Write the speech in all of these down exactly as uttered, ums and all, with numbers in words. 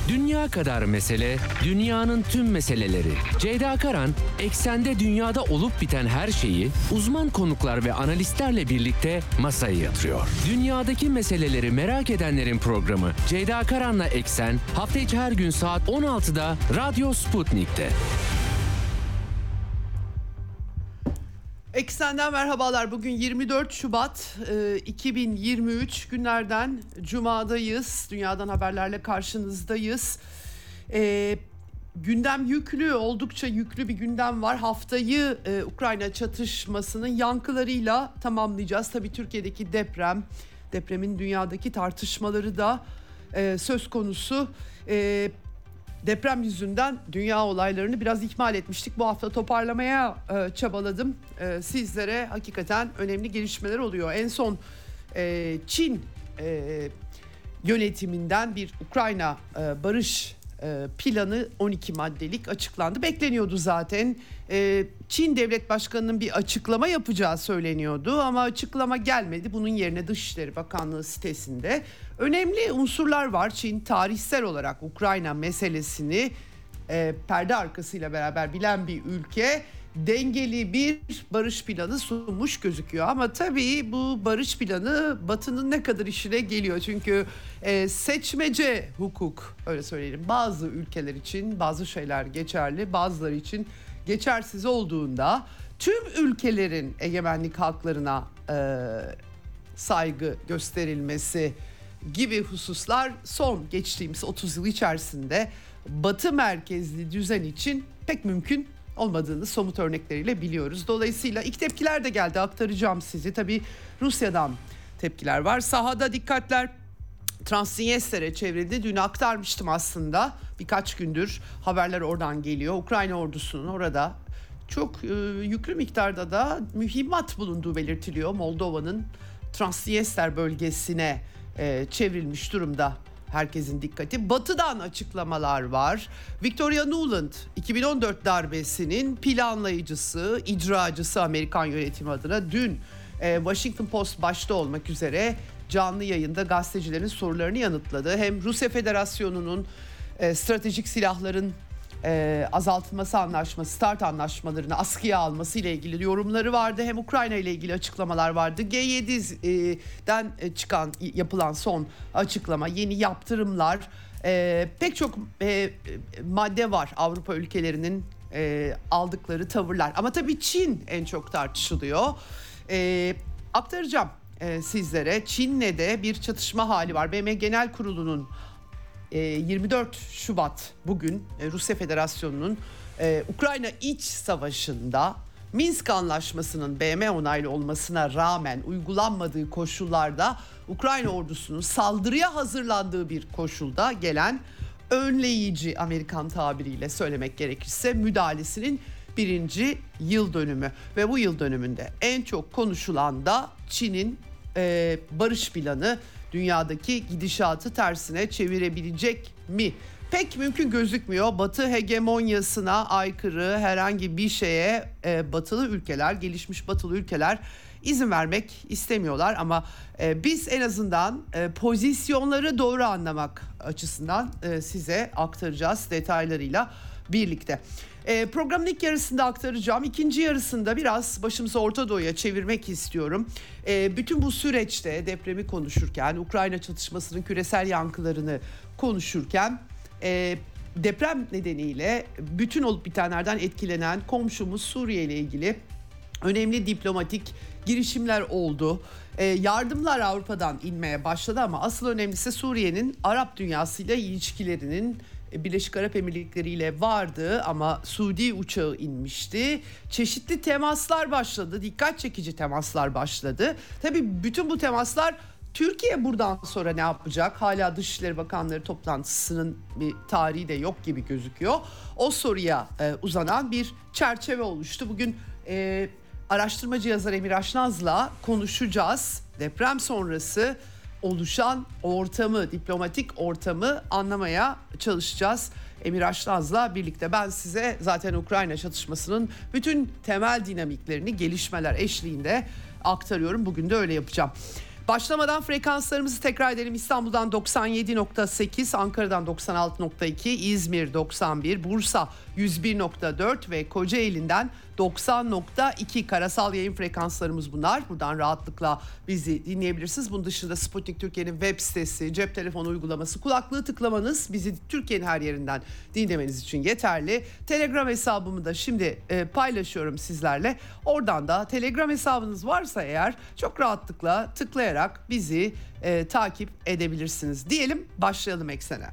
Dünya kadar mesele, dünyanın tüm meseleleri. Ceyda Karan, eksende dünyada olup biten her şeyi uzman konuklar ve analistlerle birlikte masaya yatırıyor. Dünyadaki meseleleri merak edenlerin programı Ceyda Karan'la Eksen hafta içi her gün saat on altıda Radyo Sputnik'te. Eksen'den merhabalar. Bugün yirmi dört Şubat iki bin yirmi üç günlerden Cuma'dayız. Dünyadan haberlerle karşınızdayız. E, gündem yüklü, oldukça yüklü bir gündem var. Haftayı e, Ukrayna çatışmasının yankılarıyla tamamlayacağız. Tabii Türkiye'deki deprem, depremin dünyadaki tartışmaları da e, söz konusu. E, Deprem yüzünden dünya olaylarını biraz ihmal etmiştik. Bu hafta toparlamaya e, çabaladım. E, sizlere hakikaten önemli gelişmeler oluyor. En son e, Çin e, yönetiminden bir Ukrayna e, barış e, planı on iki maddelik açıklandı. Bekleniyordu zaten. E, Çin Devlet Başkanı'nın bir açıklama yapacağı söyleniyordu ama açıklama gelmedi. Bunun yerine Dışişleri Bakanlığı sitesinde önemli unsurlar var. Çin tarihsel olarak Ukrayna meselesini e, perde arkasıyla beraber bilen bir ülke, dengeli bir barış planı sunmuş gözüküyor. Ama tabii bu barış planı Batı'nın ne kadar işine geliyor. Çünkü e, seçmece hukuk, öyle söyleyelim, bazı ülkeler için bazı şeyler geçerli, bazıları için geçersiz olduğunda tüm ülkelerin egemenlik haklarına e, saygı gösterilmesi gibi hususlar son geçtiğimiz otuz yıl içerisinde Batı merkezli düzen için pek mümkün olmadığını somut örnekleriyle biliyoruz. Dolayısıyla ilk tepkiler de geldi, aktaracağım sizi. Tabii Rusya'dan tepkiler var. Sahada dikkatler Transnistrya'ya çevrildi. Dün aktarmıştım aslında. Birkaç gündür haberler oradan geliyor. Ukrayna ordusunun orada çok e, yüklü miktarda da mühimmat bulunduğu belirtiliyor. Moldova'nın Transnistria bölgesine e, çevrilmiş durumda. Herkesin dikkati. Batı'dan açıklamalar var. Victoria Nuland, iki bin on dört darbesinin planlayıcısı, icracısı Amerikan yönetimi adına dün e, Washington Post başta olmak üzere canlı yayında gazetecilerin sorularını yanıtladı. Hem Rusya Federasyonu'nun e, stratejik silahların e, azaltılması anlaşması, START anlaşmalarını askıya alması ile ilgili yorumları vardı. Hem Ukrayna ile ilgili açıklamalar vardı. G yedi'den çıkan, yapılan son açıklama, yeni yaptırımlar, e, pek çok e, madde var Avrupa ülkelerinin e, aldıkları tavırlar. Ama tabii Çin en çok tartışılıyor. E, aktaracağım e, sizlere. Çin'le de bir çatışma hali var. B M Genel Kurulu'nun yirmi dört Şubat bugün Rusya Federasyonu'nun Ukrayna iç savaşında Minsk Anlaşması'nın B M onaylı olmasına rağmen uygulanmadığı koşullarda Ukrayna ordusunun saldırıya hazırlandığı bir koşulda gelen önleyici, Amerikan tabiriyle söylemek gerekirse, müdahalesinin birinci yıl dönümü. Ve bu yıl dönümünde en çok konuşulan da Çin'in e, barış planı. Dünyadaki gidişatı tersine çevirebilecek mi? Pek mümkün gözükmüyor. Batı hegemonyasına aykırı herhangi bir şeye e, batılı ülkeler, gelişmiş batılı ülkeler izin vermek istemiyorlar. Ama e, biz en azından e, pozisyonları doğru anlamak açısından e, size aktaracağız detaylarıyla birlikte. E, programın ilk yarısında aktaracağım. İkinci yarısında biraz başımızı Orta Doğu'ya çevirmek istiyorum. E, bütün bu süreçte depremi konuşurken, Ukrayna çatışmasının küresel yankılarını konuşurken, e, deprem nedeniyle bütün olup bitenlerden etkilenen komşumuz Suriye ile ilgili önemli diplomatik girişimler oldu. E, yardımlar Avrupa'dan inmeye başladı ama asıl önemlisi Suriye'nin Arap dünyasıyla ilişkilerinin Birleşik Arap Emirlikleri ile vardı ama Suudi uçağı inmişti. Çeşitli temaslar başladı, dikkat çekici temaslar başladı. Tabii bütün bu temaslar, Türkiye buradan sonra ne yapacak? Hala Dışişleri Bakanları toplantısının bir tarihi de yok gibi gözüküyor. O soruya e, uzanan bir çerçeve oluştu. Bugün e, araştırmacı yazar Emir Aşnaz'la konuşacağız. Deprem sonrası oluşan ortamı, diplomatik ortamı anlamaya çalışacağız Emir Aşnaz'la birlikte. Ben size zaten Ukrayna çatışmasının bütün temel dinamiklerini gelişmeler eşliğinde aktarıyorum. Bugün de öyle yapacağım. Başlamadan frekanslarımızı tekrar edelim. İstanbul'dan doksan yedi nokta sekiz, Ankara'dan doksan altı nokta iki, İzmir doksan bir, Bursa yüz bir nokta dört ve Kocaeli'nden doksan nokta iki karasal yayın frekanslarımız bunlar. Buradan rahatlıkla bizi dinleyebilirsiniz. Bunun dışında Sputnik Türkiye'nin web sitesi, cep telefonu uygulaması, kulaklığı tıklamanız bizi Türkiye'nin her yerinden dinlemeniz için yeterli. Telegram hesabımı da şimdi e, paylaşıyorum sizlerle. Oradan da Telegram hesabınız varsa eğer çok rahatlıkla tıklayarak bizi e, takip edebilirsiniz. Diyelim, başlayalım Eksen'e.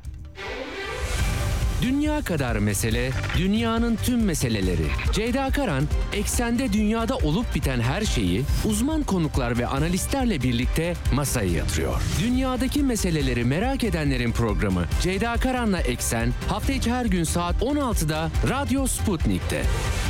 Dünya kadar mesele, dünyanın tüm meseleleri. Ceyda Karan, Eksen'de dünyada olup biten her şeyi uzman konuklar ve analistlerle birlikte masaya yatırıyor. Dünyadaki meseleleri merak edenlerin programı Ceyda Karan'la Eksen, hafta içi her gün saat on altıda Radyo Sputnik'te.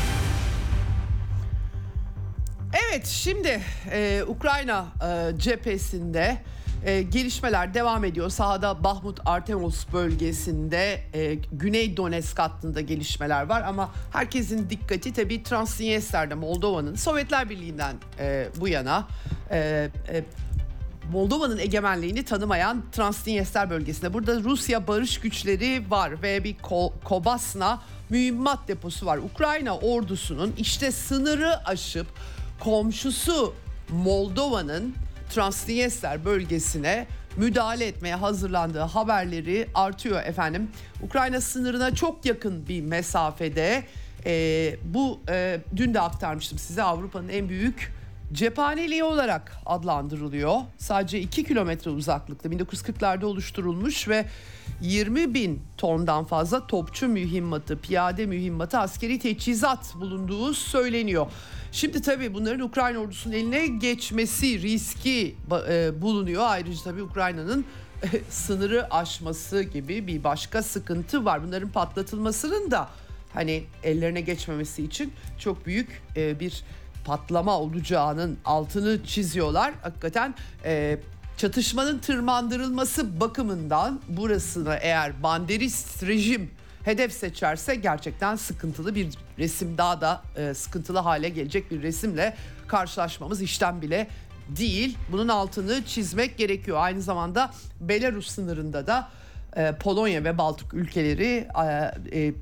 Evet, şimdi e, Ukrayna e, cephesinde e, gelişmeler devam ediyor. Sahada Bahmut Artemovsk bölgesinde e, Güney Donetsk hattında gelişmeler var ama herkesin dikkati tabii Transnistrya'da, Moldova'nın Sovyetler Birliği'nden e, bu yana e, e, Moldova'nın egemenliğini tanımayan Transnistria bölgesinde. Burada Rusya barış güçleri var ve bir Ko- Kobasna mühimmat deposu var. Ukrayna ordusunun işte sınırı aşıp komşusu Moldova'nın Transnistria bölgesine müdahale etmeye hazırlandığı haberleri artıyor efendim. Ukrayna sınırına çok yakın bir mesafede e, bu e, dün de aktarmıştım size, Avrupa'nın en büyük cephaneliği olarak adlandırılıyor. Sadece iki kilometre uzaklıkta bin dokuz yüz kırklarda oluşturulmuş ve yirmi bin tondan fazla topçu mühimmatı, piyade mühimmatı, askeri teçhizat bulunduğu söyleniyor. Şimdi tabii bunların Ukrayna ordusunun eline geçmesi riski e, bulunuyor. Ayrıca tabii Ukrayna'nın e, sınırı aşması gibi bir başka sıkıntı var. Bunların patlatılmasının da hani ellerine geçmemesi için çok büyük e, bir patlama olacağının altını çiziyorlar. Hakikaten e, çatışmanın tırmandırılması bakımından burasını eğer banderist rejim hedef seçerse gerçekten sıkıntılı bir resim, daha da e, sıkıntılı hale gelecek bir resimle karşılaşmamız işten bile değil. Bunun altını çizmek gerekiyor. Aynı zamanda Belarus sınırında da e, Polonya ve Baltık ülkeleri e, e,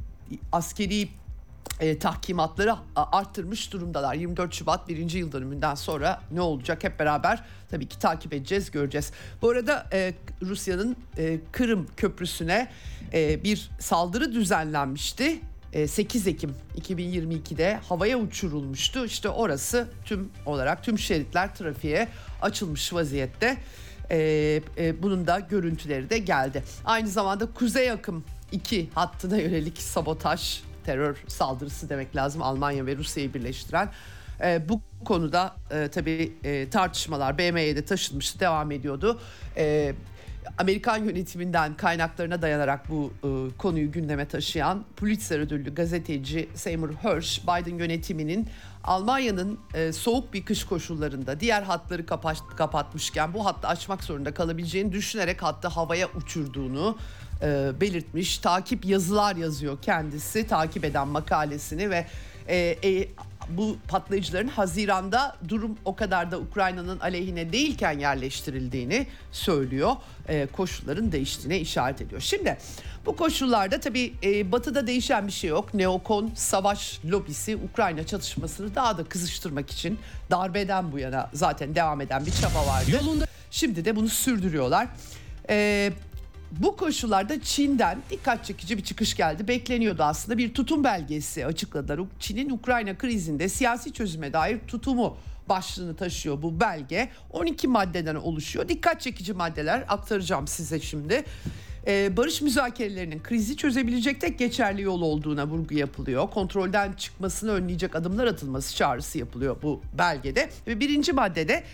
askeri E, tahkimatları arttırmış durumdalar. yirmi dört Şubat birinci yıl dönümünden sonra ne olacak hep beraber tabii ki takip edeceğiz, göreceğiz. Bu arada e, Rusya'nın e, Kırım Köprüsü'ne e, bir saldırı düzenlenmişti. E, sekiz Ekim iki bin yirmi ikide havaya uçurulmuştu. İşte orası tüm olarak tüm şeritler trafiğe açılmış vaziyette. E, e, bunun da görüntüleri de geldi. Aynı zamanda Kuzey Akım iki hattına yönelik sabotaj, terör saldırısı demek lazım, Almanya ve Rusya'yı birleştiren. E, bu konuda e, tabii e, tartışmalar B M Y'de taşınmıştı, devam ediyordu. E, Amerikan yönetiminden kaynaklarına dayanarak bu e, konuyu gündeme taşıyan Pulitzer ödüllü gazeteci Seymour Hersh, Biden yönetiminin Almanya'nın e, soğuk bir kış koşullarında diğer hatları kapat, kapatmışken bu hattı açmak zorunda kalabileceğini düşünerek hattı havaya uçurduğunu e, belirtmiş. Takip yazılar yazıyor kendisi, takip eden makalesini ve e, e, bu patlayıcıların Haziran'da durum o kadar da Ukrayna'nın aleyhine değilken yerleştirildiğini söylüyor. E, koşulların değiştiğine işaret ediyor. Şimdi bu koşullarda tabii e, Batı'da değişen bir şey yok. Neokon savaş lobisi Ukrayna çatışmasını daha da kızıştırmak için darbeden bu yana zaten devam eden bir çaba vardı. Yolunda. Şimdi de bunu sürdürüyorlar. E, Bu koşullarda Çin'den dikkat çekici bir çıkış geldi. Bekleniyordu aslında, bir tutum belgesi açıkladılar. Çin'in Ukrayna krizinde siyasi çözüme dair tutumu başlığını taşıyor bu belge. on iki maddeden oluşuyor. Dikkat çekici maddeler aktaracağım size şimdi. Ee, barış müzakerelerinin krizi çözebilecek tek geçerli yol olduğuna vurgu yapılıyor. Kontrolden çıkmasını önleyecek adımlar atılması çağrısı yapılıyor bu belgede. Ve birinci maddede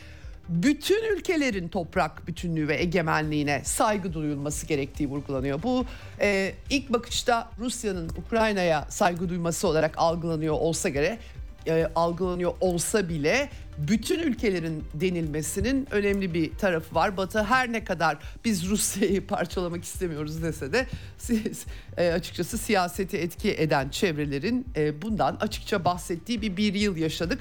bütün ülkelerin toprak bütünlüğü ve egemenliğine saygı duyulması gerektiği vurgulanıyor. Bu e, ilk bakışta Rusya'nın Ukrayna'ya saygı duyması olarak algılanıyor olsa göre e, algılanıyor olsa bile bütün ülkelerin denilmesinin önemli bir tarafı var. Batı her ne kadar biz Rusya'yı parçalamak istemiyoruz dese de e, açıkçası siyaseti etki eden çevrelerin e, bundan açıkça bahsettiği bir bir yıl yaşadık.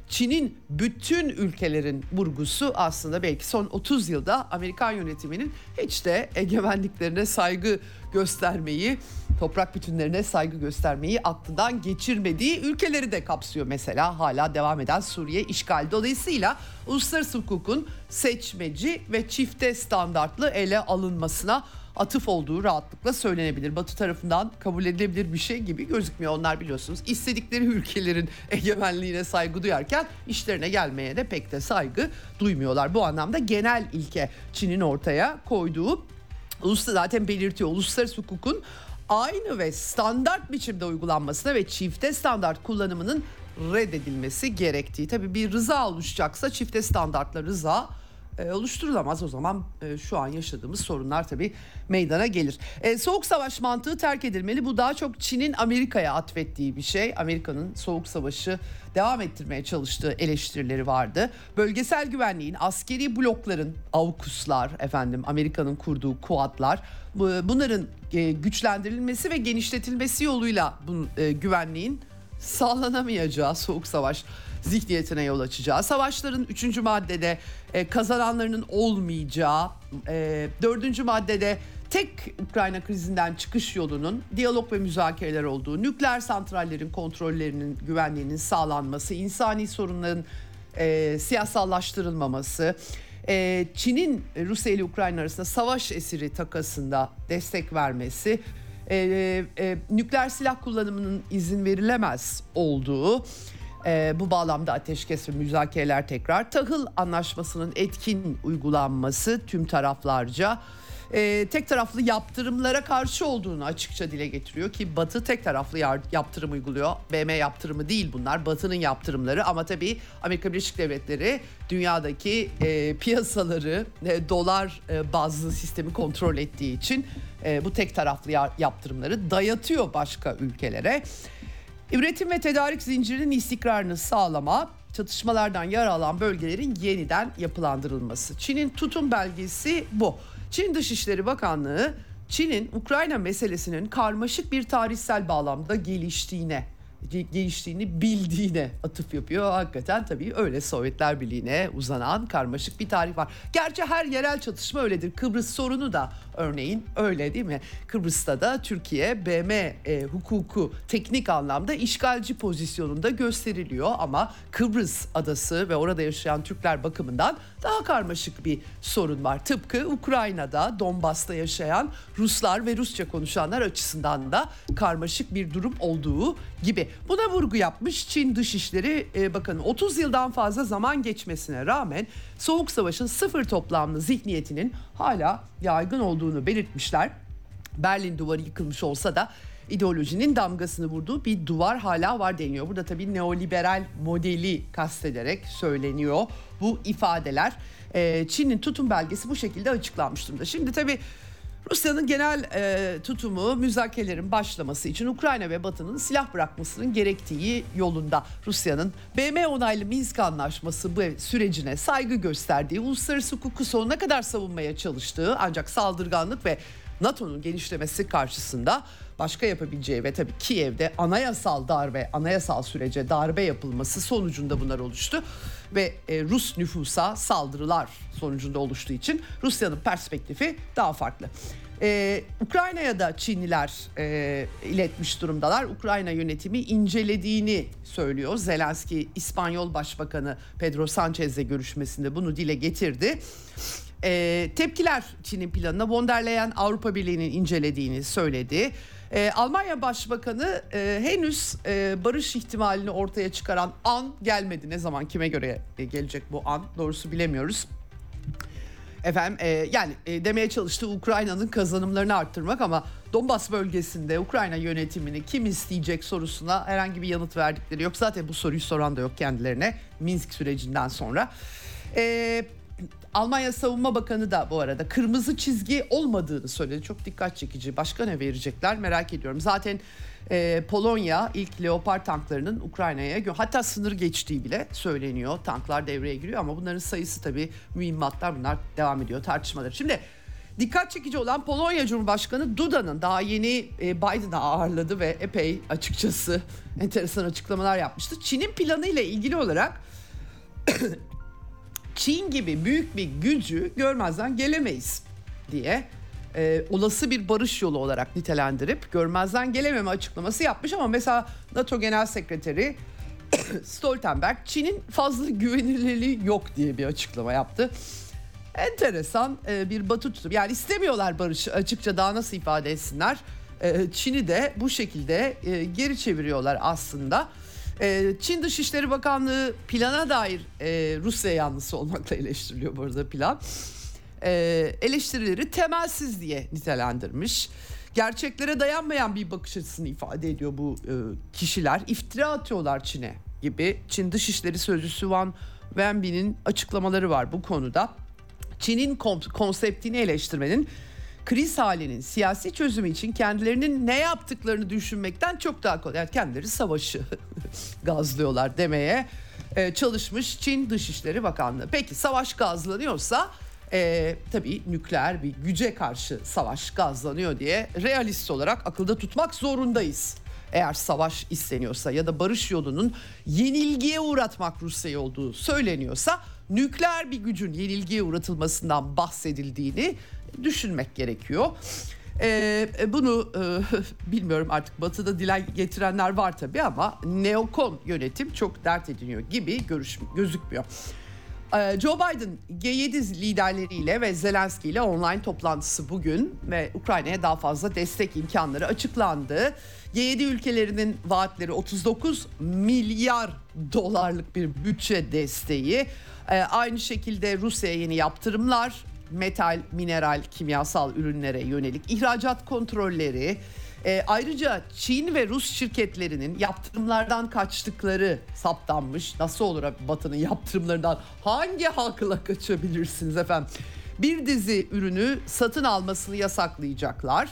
Çin'in bütün ülkelerin vurgusu aslında belki son otuz yılda Amerikan yönetiminin hiç de egemenliklerine saygı göstermeyi, toprak bütünlerine saygı göstermeyi aklından geçirmediği ülkeleri de kapsıyor. Mesela hala devam eden Suriye işgal. Dolayısıyla uluslararası hukukun seçmeci ve çifte standartlı ele alınmasına atıf olduğu rahatlıkla söylenebilir. Batı tarafından kabul edilebilir bir şey gibi gözükmüyor. Onlar biliyorsunuz istedikleri ülkelerin egemenliğine saygı duyarken işlerine gelmeye de pek de saygı duymuyorlar. Bu anlamda genel ilke Çin'in ortaya koyduğu, uluslararası zaten belirtiyor, uluslararası hukukun aynı ve standart biçimde uygulanmasına ve çifte standart kullanımının reddedilmesi gerektiği. Tabii bir rıza oluşacaksa çifte standartla rıza e, oluşturulamaz. O zaman e, şu an yaşadığımız sorunlar tabii meydana gelir. E, soğuk savaş mantığı terk edilmeli. Bu daha çok Çin'in Amerika'ya atfettiği bir şey. Amerika'nın soğuk savaşı devam ettirmeye çalıştığı eleştirileri vardı. Bölgesel güvenliğin, askeri blokların, AUKUS'lar, efendim Amerika'nın kurduğu kuatlar, bunların e, güçlendirilmesi ve genişletilmesi yoluyla bu e, güvenliğin sağlanamayacağı, soğuk savaş zihniyetine yol açacağı, savaşların üçüncü maddede e, kazananlarının olmayacağı, e, dördüncü maddede tek Ukrayna krizinden çıkış yolunun diyalog ve müzakereler olduğu, nükleer santrallerin kontrollerinin, güvenliğinin sağlanması, insani sorunların e, siyasallaştırılmaması, e, Çin'in Rusya ile Ukrayna arasında savaş esiri takasında destek vermesi, e, e, nükleer silah kullanımının izin verilemez olduğu, Ee, bu bağlamda ateşkes ve müzakereler tekrar, tahıl anlaşmasının etkin uygulanması tüm taraflarca, e, tek taraflı yaptırımlara karşı olduğunu açıkça dile getiriyor ki Batı tek taraflı yaptırım uyguluyor. B M yaptırımı değil bunlar, Batı'nın yaptırımları, ama tabii Amerika Birleşik Devletleri dünyadaki e, piyasaları e, dolar e, bazlı sistemi kontrol ettiği için e, bu tek taraflı yaptırımları dayatıyor başka ülkelere. Üretim ve tedarik zincirinin istikrarını sağlama, çatışmalardan yara alan bölgelerin yeniden yapılandırılması. Çin'in tutum belgesi bu. Çin Dışişleri Bakanlığı, Çin'in Ukrayna meselesinin karmaşık bir tarihsel bağlamda geliştiğine, geliştiğini bildiğine atıf yapıyor. Hakikaten tabii öyle, Sovyetler Birliği'ne uzanan karmaşık bir tarih var. Gerçi her yerel çatışma öyledir. Kıbrıs sorunu da örneğin öyle, değil mi? Kıbrıs'ta da Türkiye B M e, hukuku teknik anlamda işgalci pozisyonunda gösteriliyor, ama Kıbrıs adası ve orada yaşayan Türkler bakımından daha karmaşık bir sorun var. Tıpkı Ukrayna'da, Donbas'ta yaşayan Ruslar ve Rusça konuşanlar açısından da karmaşık bir durum olduğu gibi. Buna vurgu yapmış Çin Dışişleri e, Bakanı. otuz yıldan fazla zaman geçmesine rağmen Soğuk Savaş'ın sıfır toplamlı zihniyetinin hala yaygın olduğunu belirtmişler. Berlin Duvarı yıkılmış olsa da ideolojinin damgasını vurduğu bir duvar hala var deniyor. Burada tabii neoliberal modeli kastederek söyleniyor bu ifadeler. E, Çin'in tutum belgesi bu şekilde açıklanmış durumda. Şimdi tabii Rusya'nın genel e, tutumu müzakerelerin başlaması için Ukrayna ve Batı'nın silah bırakmasının gerektiği yolunda. Rusya'nın B M onaylı Minsk Anlaşması bu sürecine saygı gösterdiği, uluslararası hukuku sonuna kadar savunmaya çalıştığı, ancak saldırganlık ve NATO'nun genişlemesi karşısında başka yapabileceği ve tabii Kiev'de anayasal darbe, anayasal sürece darbe yapılması sonucunda bunlar oluştu. Ve e, Rus nüfusa saldırılar sonucunda oluştuğu için Rusya'nın perspektifi daha farklı. Ee, Ukrayna'ya da Çinliler e, iletmiş durumdalar. Ukrayna yönetimi incelediğini söylüyor. Zelenski, İspanyol Başbakanı Pedro Sanchez'le görüşmesinde bunu dile getirdi. Ee, tepkiler Çin'in planına, von der Leyen Avrupa Birliği'nin incelediğini söyledi. Ee, Almanya Başbakanı e, henüz e, barış ihtimalini ortaya çıkaran an gelmedi. Ne zaman, kime göre e, gelecek bu an doğrusu bilemiyoruz. Efendim e, yani e, demeye çalıştığı Ukrayna'nın kazanımlarını arttırmak, ama Donbas bölgesinde Ukrayna yönetimini kim isteyecek sorusuna herhangi bir yanıt verdikleri yok. Zaten bu soruyu soran da yok kendilerine Minsk sürecinden sonra. E, Almanya Savunma Bakanı da bu arada kırmızı çizgi olmadığını söyledi. Çok dikkat çekici. Başka ne verecekler merak ediyorum. Zaten e, Polonya ilk Leopard tanklarının Ukrayna'ya, hatta sınır geçtiği bile söyleniyor. Tanklar devreye giriyor, ama bunların sayısı tabii, mühimmatlar, bunlar devam ediyor tartışmaları. Şimdi dikkat çekici olan Polonya Cumhurbaşkanı Duda'nın daha yeni e, Biden'ı ağırladı ve epey açıkçası enteresan açıklamalar yapmıştı. Çin'in planıyla ilgili olarak Çin gibi büyük bir gücü görmezden gelemeyiz diye e, olası bir barış yolu olarak nitelendirip görmezden gelememe açıklaması yapmış. Ama mesela NATO Genel Sekreteri Stoltenberg Çin'in fazla güvenilirliği yok diye bir açıklama yaptı. Enteresan e, bir batı tutum. Yani istemiyorlar barışı, açıkça daha nasıl ifade etsinler. E, Çin'i de bu şekilde e, geri çeviriyorlar aslında. E, Çin Dışişleri Bakanlığı plana dair e, Rusya yanlısı olmakla eleştiriliyor bu arada plan. E, eleştirileri temelsiz diye nitelendirmiş. Gerçeklere dayanmayan bir bakış açısını ifade ediyor bu e, kişiler. İftira atıyorlar Çin'e gibi. Çin Dışişleri Sözcüsü Wang Wenbin'in açıklamaları var bu konuda. Çin'in konseptini eleştirmenin kriz halinin siyasi çözümü için kendilerinin ne yaptıklarını düşünmekten çok daha kolay. Yani kendileri savaşı gazlıyorlar demeye e, çalışmış Çin Dışişleri Bakanlığı. Peki savaş gazlanıyorsa e, tabii nükleer bir güce karşı savaş gazlanıyor diye realist olarak akılda tutmak zorundayız. Eğer savaş isteniyorsa ya da barış yolunun yenilgiye uğratmak Rusya'yı olduğu söyleniyorsa nükleer bir gücün yenilgiye uğratılmasından bahsedildiğini düşünmek gerekiyor. Ee, bunu e, bilmiyorum artık Batı'da dile getirenler var tabii ama neokon yönetim çok dert ediniyor gibi görüş, gözükmüyor. Ee, Joe Biden G yedi liderleriyle ve Zelenski ile online toplantısı bugün ve Ukrayna'ya daha fazla destek imkanları açıklandı. G yedi ülkelerinin vaatleri otuz dokuz milyar dolarlık bir bütçe desteği. Ee, aynı şekilde Rusya'ya yeni yaptırımlar, metal, mineral, kimyasal ürünlere yönelik ihracat kontrolleri. E, ayrıca Çin ve Rus şirketlerinin yaptırımlardan kaçtıkları saptanmış. Nasıl olur Batı'nın yaptırımlarından hangi hakla kaçabilirsiniz efendim? Bir dizi ürünü satın almasını yasaklayacaklar.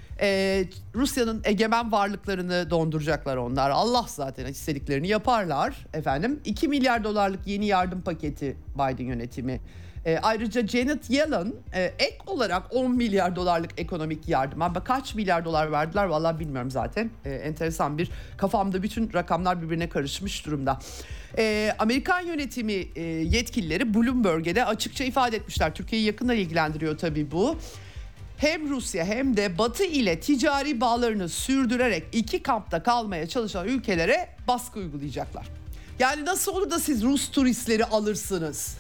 Ee, Rusya'nın egemen varlıklarını donduracaklar onlar. Allah zaten istediklerini yaparlar efendim. iki milyar dolarlık yeni yardım paketi Biden yönetimi. Ee, ayrıca Janet Yellen e, ek olarak on milyar dolarlık ekonomik yardım. Ama kaç milyar dolar verdiler vallahi bilmiyorum zaten. Ee, enteresan bir kafamda bütün rakamlar birbirine karışmış durumda. Ee, Amerikan yönetimi e, yetkilileri Bloomberg'e de açıkça ifade etmişler. Türkiye'yi yakından ilgilendiriyor tabii bu. Hem Rusya hem de Batı ile ticari bağlarını sürdürerek iki kampta kalmaya çalışan ülkelere baskı uygulayacaklar. Yani nasıl olur da siz Rus turistleri alırsınız?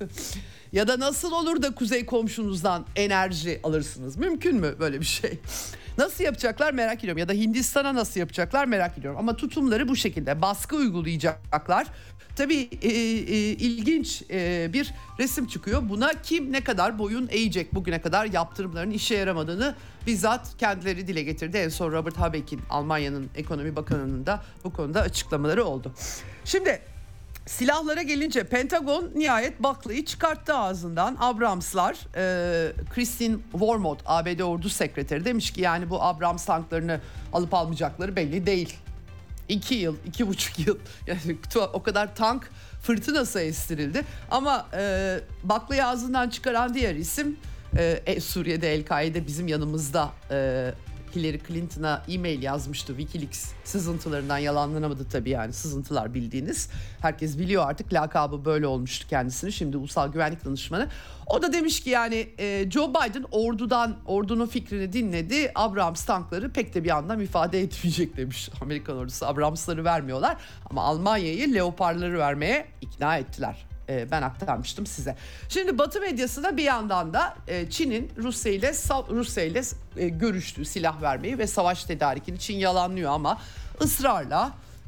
Ya da nasıl olur da kuzey komşunuzdan enerji alırsınız? Mümkün mü böyle bir şey? Nasıl yapacaklar merak ediyorum. Ya da Hindistan'a nasıl yapacaklar merak ediyorum. Ama tutumları bu şekilde, baskı uygulayacaklar. Tabii e, e, ilginç e, bir resim çıkıyor. Buna kim ne kadar boyun eğecek? Bugüne kadar yaptırımların işe yaramadığını bizzat kendileri dile getirdi. En son Robert Habeck'in, Almanya'nın ekonomi bakanının da bu konuda açıklamaları oldu. Şimdi silahlara gelince Pentagon nihayet baklayı çıkarttı ağzından. Abrams'lar, e, Christine Wormuth A B D Ordu Sekreteri demiş ki yani bu Abrams tanklarını alıp almayacakları belli değil. İki yıl, iki buçuk yıl yani o kadar tank fırtınası estirildi. Ama e, baklayı ağzından çıkaran diğer isim e, Suriye'de El-Kaide bizim yanımızda e, Hillary Clinton'a e-mail yazmıştı. WikiLeaks sızıntılarından yalanlanamadı tabii yani sızıntılar bildiğiniz. Herkes biliyor artık lakabı böyle olmuştu kendisini. Şimdi Ulusal Güvenlik Danışmanı. O da demiş ki yani e, Joe Biden ordudan ordunun fikrini dinledi. Abrams tankları pek de bir anlam ifade etmeyecek demiş. Amerikan ordusu Abrams'ları vermiyorlar ama Almanya'yı Leopard'ları vermeye ikna ettiler. Ben aktarmıştım size. Şimdi Batı medyasında bir yandan da Çin'in Rusya ile Rusya ile görüştüğü silah vermeyi ve savaş tedarikini Çin yalanlıyor ama ısrarla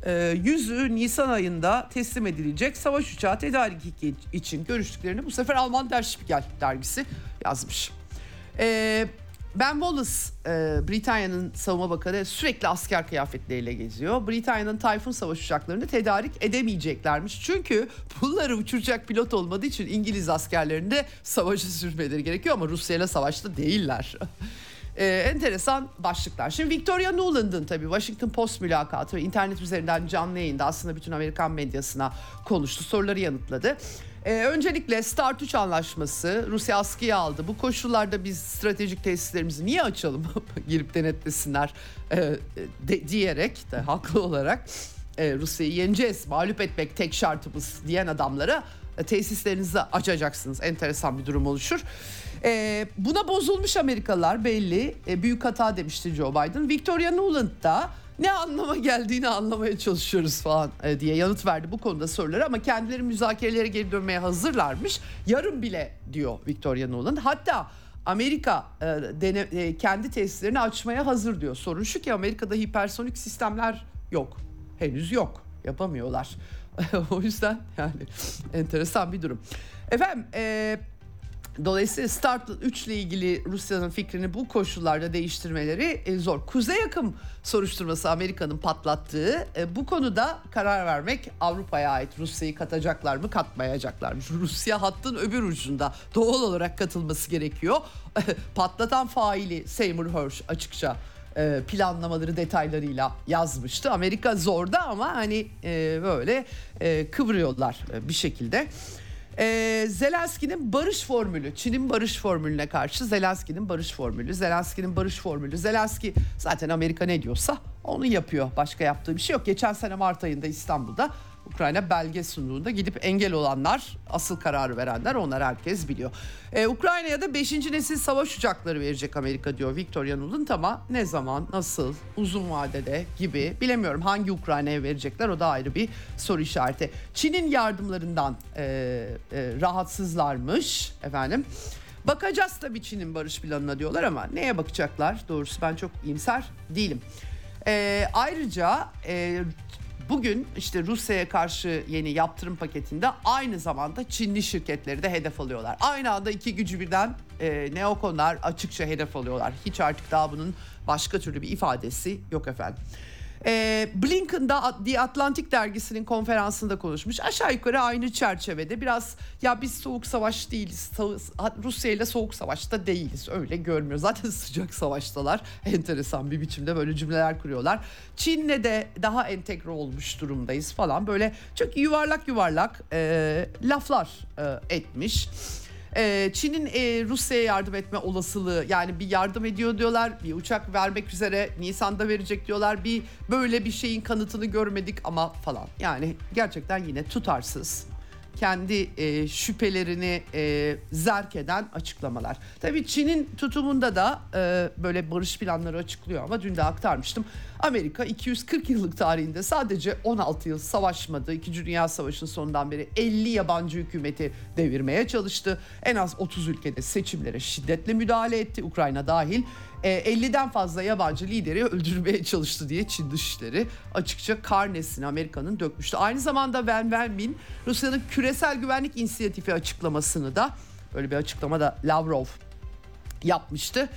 yüzü Nisan ayında teslim edilecek savaş uçağı tedariki için görüştüklerini bu sefer Alman Der Spiegel dergisi yazmış. Eee Ben Wallace, e, Britanya'nın savunma bakanı sürekli asker kıyafetleriyle geziyor. Britanya'nın Tayfun savaş uçaklarını tedarik edemeyeceklermiş. Çünkü bunları uçuracak pilot olmadığı için İngiliz askerlerinin de savaşı sürmeleri gerekiyor ama Rusya ile savaşta değiller. e, enteresan başlıklar. Şimdi Victoria Nuland'ın tabii Washington Post mülakatı ve internet üzerinden canlı yayında aslında bütün Amerikan medyasına konuştu, soruları yanıtladı. Ee, öncelikle Start üç anlaşması Rusya askıya aldı. Bu koşullarda biz stratejik tesislerimizi niye açalım girip denetlesinler e, de, diyerek de haklı olarak e, Rusya'yı yeneceğiz, mağlup etmek tek şartımız diyen adamlara e, tesislerinizi açacaksınız. Enteresan bir durum oluşur. E, buna bozulmuş Amerikalılar belli. E, büyük hata demişti Joe Biden. Victoria Nuland da ne anlama geldiğini anlamaya çalışıyoruz falan e, diye yanıt verdi bu konuda soruları, ama kendileri müzakerelere geri dönmeye hazırlarmış. Yarın bile diyor Victoria Nuland. Hatta Amerika e, dene, e, kendi tesislerini açmaya hazır diyor. Sorun şu ki Amerika'da hipersonik sistemler yok. Henüz yok. Yapamıyorlar. O yüzden yani enteresan bir durum. Efendim e, dolayısıyla Startlet üç ile ilgili Rusya'nın fikrini bu koşullarda değiştirmeleri e, zor. Kuzey Akım soruşturması Amerika'nın patlattığı e, bu konuda karar vermek Avrupa'ya ait. Rusya'yı katacaklar mı, katmayacaklar mı? Rusya hattın öbür ucunda, doğal olarak katılması gerekiyor. Patlatan faili Seymour Hersh açıkça e, planlamaları detaylarıyla yazmıştı. Amerika zorda ama hani e, böyle e, kıvırıyorlar e, bir şekilde. Ee, Zelenski'nin barış formülü, Çin'in barış formülüne karşı Zelenski'nin barış formülü, Zelenski'nin barış formülü. Zelenski zaten Amerika ne diyorsa onu yapıyor. Başka yaptığı bir şey yok. Geçen sene Mart ayında İstanbul'da Ukrayna belge sunduğunda gidip engel olanlar, asıl kararı verenler, onlar herkes biliyor. Ee, Ukrayna'ya da beşinci nesil savaş uçakları verecek Amerika diyor Victoria Nuland, ama ne zaman, nasıl, uzun vadede gibi bilemiyorum. Hangi Ukrayna'ya verecekler, o da ayrı bir soru işareti. Çin'in yardımlarından e, e, rahatsızlarmış efendim. Bakacağız tabii Çin'in barış planına diyorlar, ama neye bakacaklar? Doğrusu ben çok iyimser değilim. E, ayrıca e, bugün işte Rusya'ya karşı yeni yaptırım paketinde aynı zamanda Çinli şirketleri de hedef alıyorlar. Aynı anda iki gücü birden e, neokonlar açıkça hedef alıyorlar. Hiç artık daha bunun başka türlü bir ifadesi yok efendim. E, Blinken da The Atlantic dergisinin konferansında konuşmuş. Aşağı yukarı aynı çerçevede, biraz ya biz soğuk savaş değiliz, Rusya ile soğuk savaşta değiliz, öyle görmüyor. Zaten sıcak savaştalar, enteresan bir biçimde böyle cümleler kuruyorlar. Çin'le de daha entegre olmuş durumdayız falan, böyle çok yuvarlak yuvarlak e, laflar e, etmiş. Çin'in Rusya'ya yardım etme olasılığı, yani bir yardım ediyor diyorlar, bir uçak vermek üzere Nisan'da verecek diyorlar, bir böyle bir şeyin kanıtını görmedik ama falan. Yani gerçekten yine tutarsız, kendi e, şüphelerini e, zerk eden açıklamalar. Tabii Çin'in tutumunda da e, böyle barış planları açıklıyor, ama dün de aktarmıştım. Amerika iki yüz kırk yıllık tarihinde sadece on altı yıl savaşmadı. İkinci Dünya Savaşı'nın sonundan beri elli yabancı hükümeti devirmeye çalıştı. En az otuz ülkede seçimlere şiddetle müdahale etti, Ukrayna dahil. elliden fazla yabancı lideri öldürmeye çalıştı diye Çin Dışişleri açıkça karnesini Amerika'nın dökmüştü. Aynı zamanda Wen Wenbin Rusya'nın küresel güvenlik inisiyatifi açıklamasını da, böyle bir açıklama da Lavrov yapmıştı.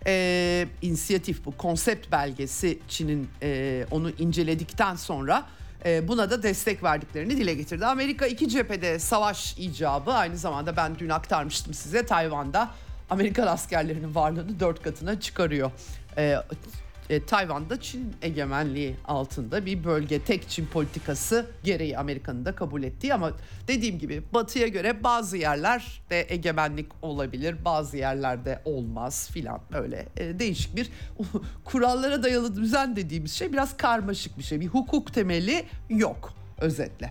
Ee, inisiyatif, bu konsept belgesi, Çin'in e, onu inceledikten sonra e, buna da destek verdiklerini dile getirdi. Amerika iki cephede savaş icabı, aynı zamanda ben dün aktarmıştım size, Tayvan'da Amerikan askerlerinin varlığını dört katına çıkarıyor. Ee, e, Tayvan'da Çin egemenliği altında bir bölge, tek Çin politikası gereği Amerika'nın da kabul ettiği, ama dediğim gibi Batı'ya göre bazı yerlerde egemenlik olabilir, bazı yerlerde olmaz filan, öyle e, değişik bir kurallara dayalı düzen dediğimiz şey biraz karmaşık bir şey, bir hukuk temeli yok özetle.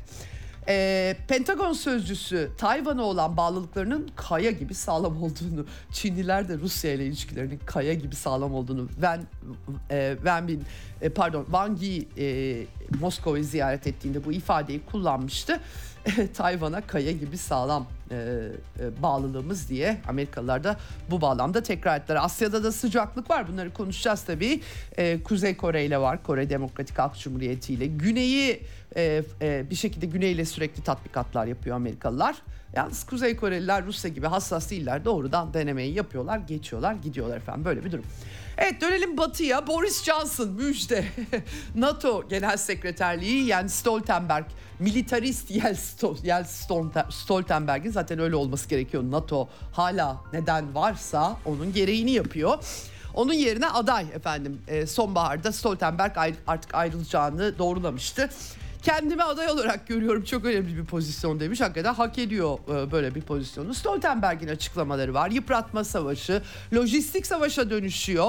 E, Pentagon sözcüsü Tayvan'a olan bağlılıklarının kaya gibi sağlam olduğunu, Çinliler de Rusya ile ilişkilerinin kaya gibi sağlam olduğunu, Wen, e, Wenbin, e, pardon Wang Yi e, Moskova'yı ziyaret ettiğinde bu ifadeyi kullanmıştı. Tayvan'a kaya gibi sağlam e, e, bağlılığımız diye Amerikalılar da bu bağlamda tekrar ettiler. Asya'da da sıcaklık var, bunları konuşacağız tabii. E, Kuzey Kore ile var, Kore Demokratik Halk Cumhuriyeti ile. Güneyi e, e, bir şekilde güneyle sürekli tatbikatlar yapıyor Amerikalılar. Yalnız Kuzey Koreliler Rusya gibi hassas değiller, doğrudan denemeyi yapıyorlar, geçiyorlar, gidiyorlar efendim, böyle bir durum. Evet, dönelim Batı'ya. Boris Johnson müjde. NATO Genel Sekreterliği Jens Stoltenberg, militarist Jens Stoltenberg'in, zaten öyle olması gerekiyor. NATO hala neden varsa onun gereğini yapıyor. Onun yerine aday efendim, sonbaharda Stoltenberg artık ayrılacağını doğrulamıştı. Kendimi aday olarak görüyorum, çok önemli bir pozisyon demiş. Hakikaten hak ediyor böyle bir pozisyonu. Stoltenberg'in açıklamaları var. Yıpratma savaşı, lojistik savaşa dönüşüyor.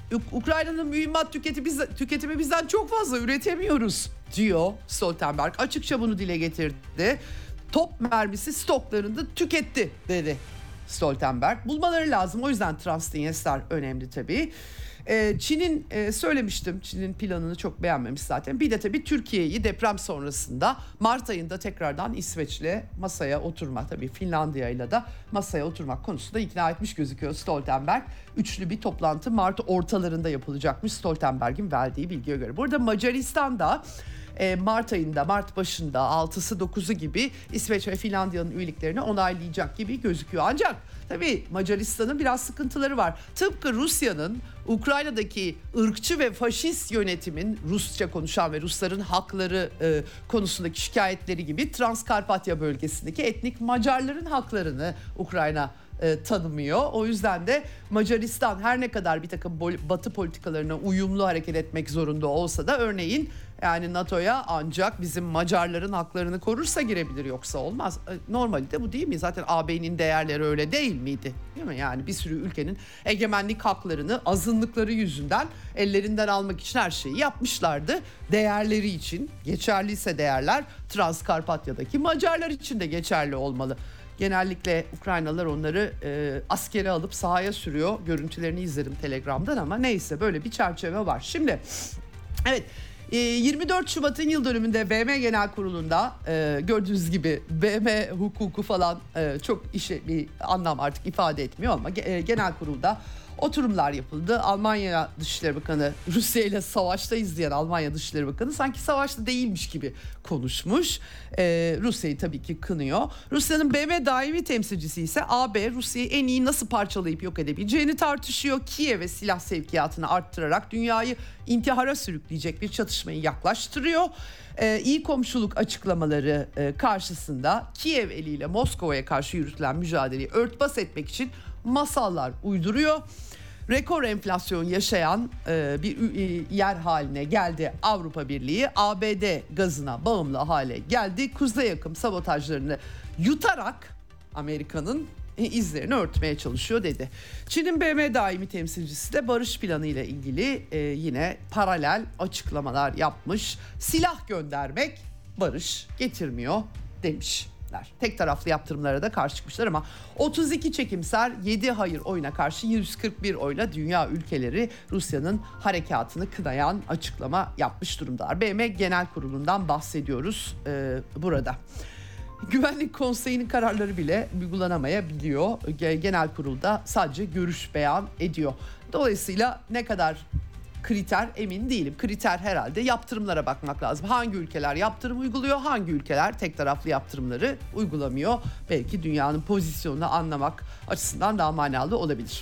Ukrayna'nın mühimmat tüketimi, tüketimi bizden çok fazla, üretemiyoruz diyor Stoltenberg. Açıkça bunu dile getirdi. Top mermisi stoklarında tüketti dedi Stoltenberg. Bulmaları lazım, o yüzden Transnistria önemli tabii. Ee, Çin'in e, söylemiştim, Çin'in planını çok beğenmemiş zaten. Bir de tabii Türkiye'yi deprem sonrasında Mart ayında tekrardan İsveç'le masaya oturma, tabii Finlandiya'yla da masaya oturmak konusunda ikna etmiş gözüküyor Stoltenberg. Üçlü bir toplantı Mart ortalarında yapılacakmış Stoltenberg'in verdiği bilgiye göre. Burada Macaristan'da E, Mart ayında, Mart başında altısı dokuzu gibi İsveç ve Finlandiya'nın üyeliklerini onaylayacak gibi gözüküyor. Ancak tabii Macaristan'ın biraz sıkıntıları var. Tıpkı Rusya'nın Ukrayna'daki ırkçı ve faşist yönetimin, Rusça konuşan ve Rusların hakları e, konusundaki şikayetleri gibi Transkarpatya bölgesindeki etnik Macarların haklarını Ukrayna E, tanımıyor. O yüzden de Macaristan her ne kadar bir takım Batı politikalarına uyumlu hareket etmek zorunda olsa da örneğin yani NATO'ya ancak bizim Macarların haklarını korursa girebilir, yoksa olmaz. E, normalde bu değil mi? Zaten A B'nin değerleri öyle değil miydi? Değil mi? Yani bir sürü ülkenin egemenlik haklarını azınlıkları yüzünden ellerinden almak için her şeyi yapmışlardı. Değerleri için, geçerliyse değerler Transkarpatya'daki Macarlar için de geçerli olmalı. Genellikle Ukraynalılar onları e, askere alıp sahaya sürüyor. Görüntülerini izledim Telegram'dan ama neyse, böyle bir çerçeve var. Şimdi evet, e, yirmi dört Şubat'ın yıl dönümünde B M Genel Kurulu'nda e, gördüğünüz gibi B M hukuku falan e, çok işe bir anlam artık ifade etmiyor ama e, genel kurulda oturumlar yapıldı. Almanya Dışişleri Bakanı, Rusya ile savaştayız diyen Almanya Dışişleri Bakanı sanki savaşta değilmiş gibi konuşmuş. Ee, Rusya'yı tabii ki kınıyor. Rusya'nın B M daimi temsilcisi ise A B Rusya'yı en iyi nasıl parçalayıp yok edebileceğini tartışıyor. Kiev'e silah sevkiyatını arttırarak dünyayı intihara sürükleyecek bir çatışmayı yaklaştırıyor. Ee, iyi komşuluk açıklamaları e, karşısında Kiev eliyle Moskova'ya karşı yürütülen mücadeleyi örtbas etmek için masallar uyduruyor. Rekor enflasyon yaşayan e, bir e, yer haline geldi Avrupa Birliği. A B D gazına bağımlı hale geldi. Kuzey akım sabotajlarını yutarak Amerika'nın e, izlerini örtmeye çalışıyor dedi. Çin'in B M daimi temsilcisi de barış planı ile ilgili e, yine paralel açıklamalar yapmış. Silah göndermek barış getirmiyor demiş. Tek taraflı yaptırımlara da karşı çıkmışlar ama otuz iki çekimser yedi hayır oyuna karşı yüz kırk bir oyla dünya ülkeleri Rusya'nın harekatını kınayan açıklama yapmış durumdalar. B M Genel Kurulu'ndan bahsediyoruz e, burada. Güvenlik Konseyi'nin kararları bile uygulanamayabiliyor. Genel Kurul'da sadece görüş beyan ediyor. Dolayısıyla ne kadar kriter emin değilim. Kriter herhalde yaptırımlara bakmak lazım. Hangi ülkeler yaptırım uyguluyor, hangi ülkeler tek taraflı yaptırımları uygulamıyor? Belki dünyanın pozisyonunu anlamak açısından daha manalı olabilir.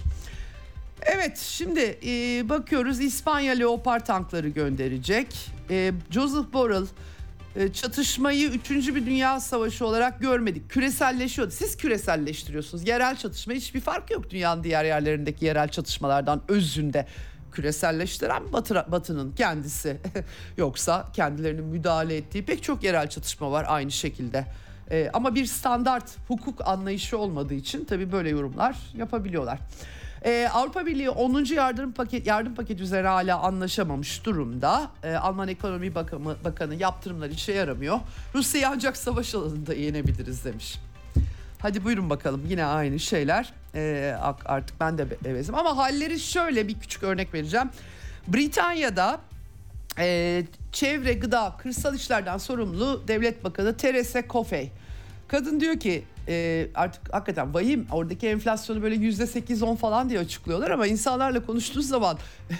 Evet, şimdi e, bakıyoruz, İspanya Leopard tankları gönderecek. E, Joseph Borrell e, çatışmayı üçüncü bir dünya savaşı olarak görmedik. Küreselleşiyordu. Siz küreselleştiriyorsunuz. Yerel çatışma, hiçbir fark yok dünyanın diğer yerlerindeki yerel çatışmalardan özünde. Küreselleştiren Batı, Batı'nın kendisi. Yoksa kendilerinin müdahale ettiği pek çok yerel çatışma var aynı şekilde. Ee, ama bir standart hukuk anlayışı olmadığı için tabii böyle yorumlar yapabiliyorlar. Ee, Avrupa Birliği onuncu yardım paket yardım paketi üzerine hala anlaşamamış durumda. Ee, Alman Ekonomi Bakanı, Bakanı yaptırımlar işe yaramıyor. Rusya'yı ancak savaş alanında yenebiliriz demiş. Hadi buyurun bakalım, yine aynı şeyler. Ee, artık ben de bevezim ama halleri şöyle, bir küçük örnek vereceğim. Britanya'da e, çevre, gıda, kırsal işlerden sorumlu devlet bakanı Theresa Coffey. Kadın diyor ki e, artık hakikaten vahim, oradaki enflasyonu böyle yüzde sekiz on falan diye açıklıyorlar ama insanlarla konuştuğu zaman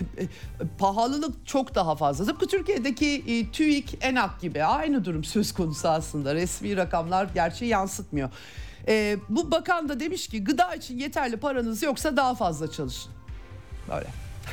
pahalılık çok daha fazla. Tıpkı Türkiye'deki e, TÜİK, ENAK gibi aynı durum söz konusu aslında. Resmi rakamlar gerçeği yansıtmıyor. E, bu bakan da demiş ki gıda için yeterli paranız yoksa daha fazla çalışın. Böyle.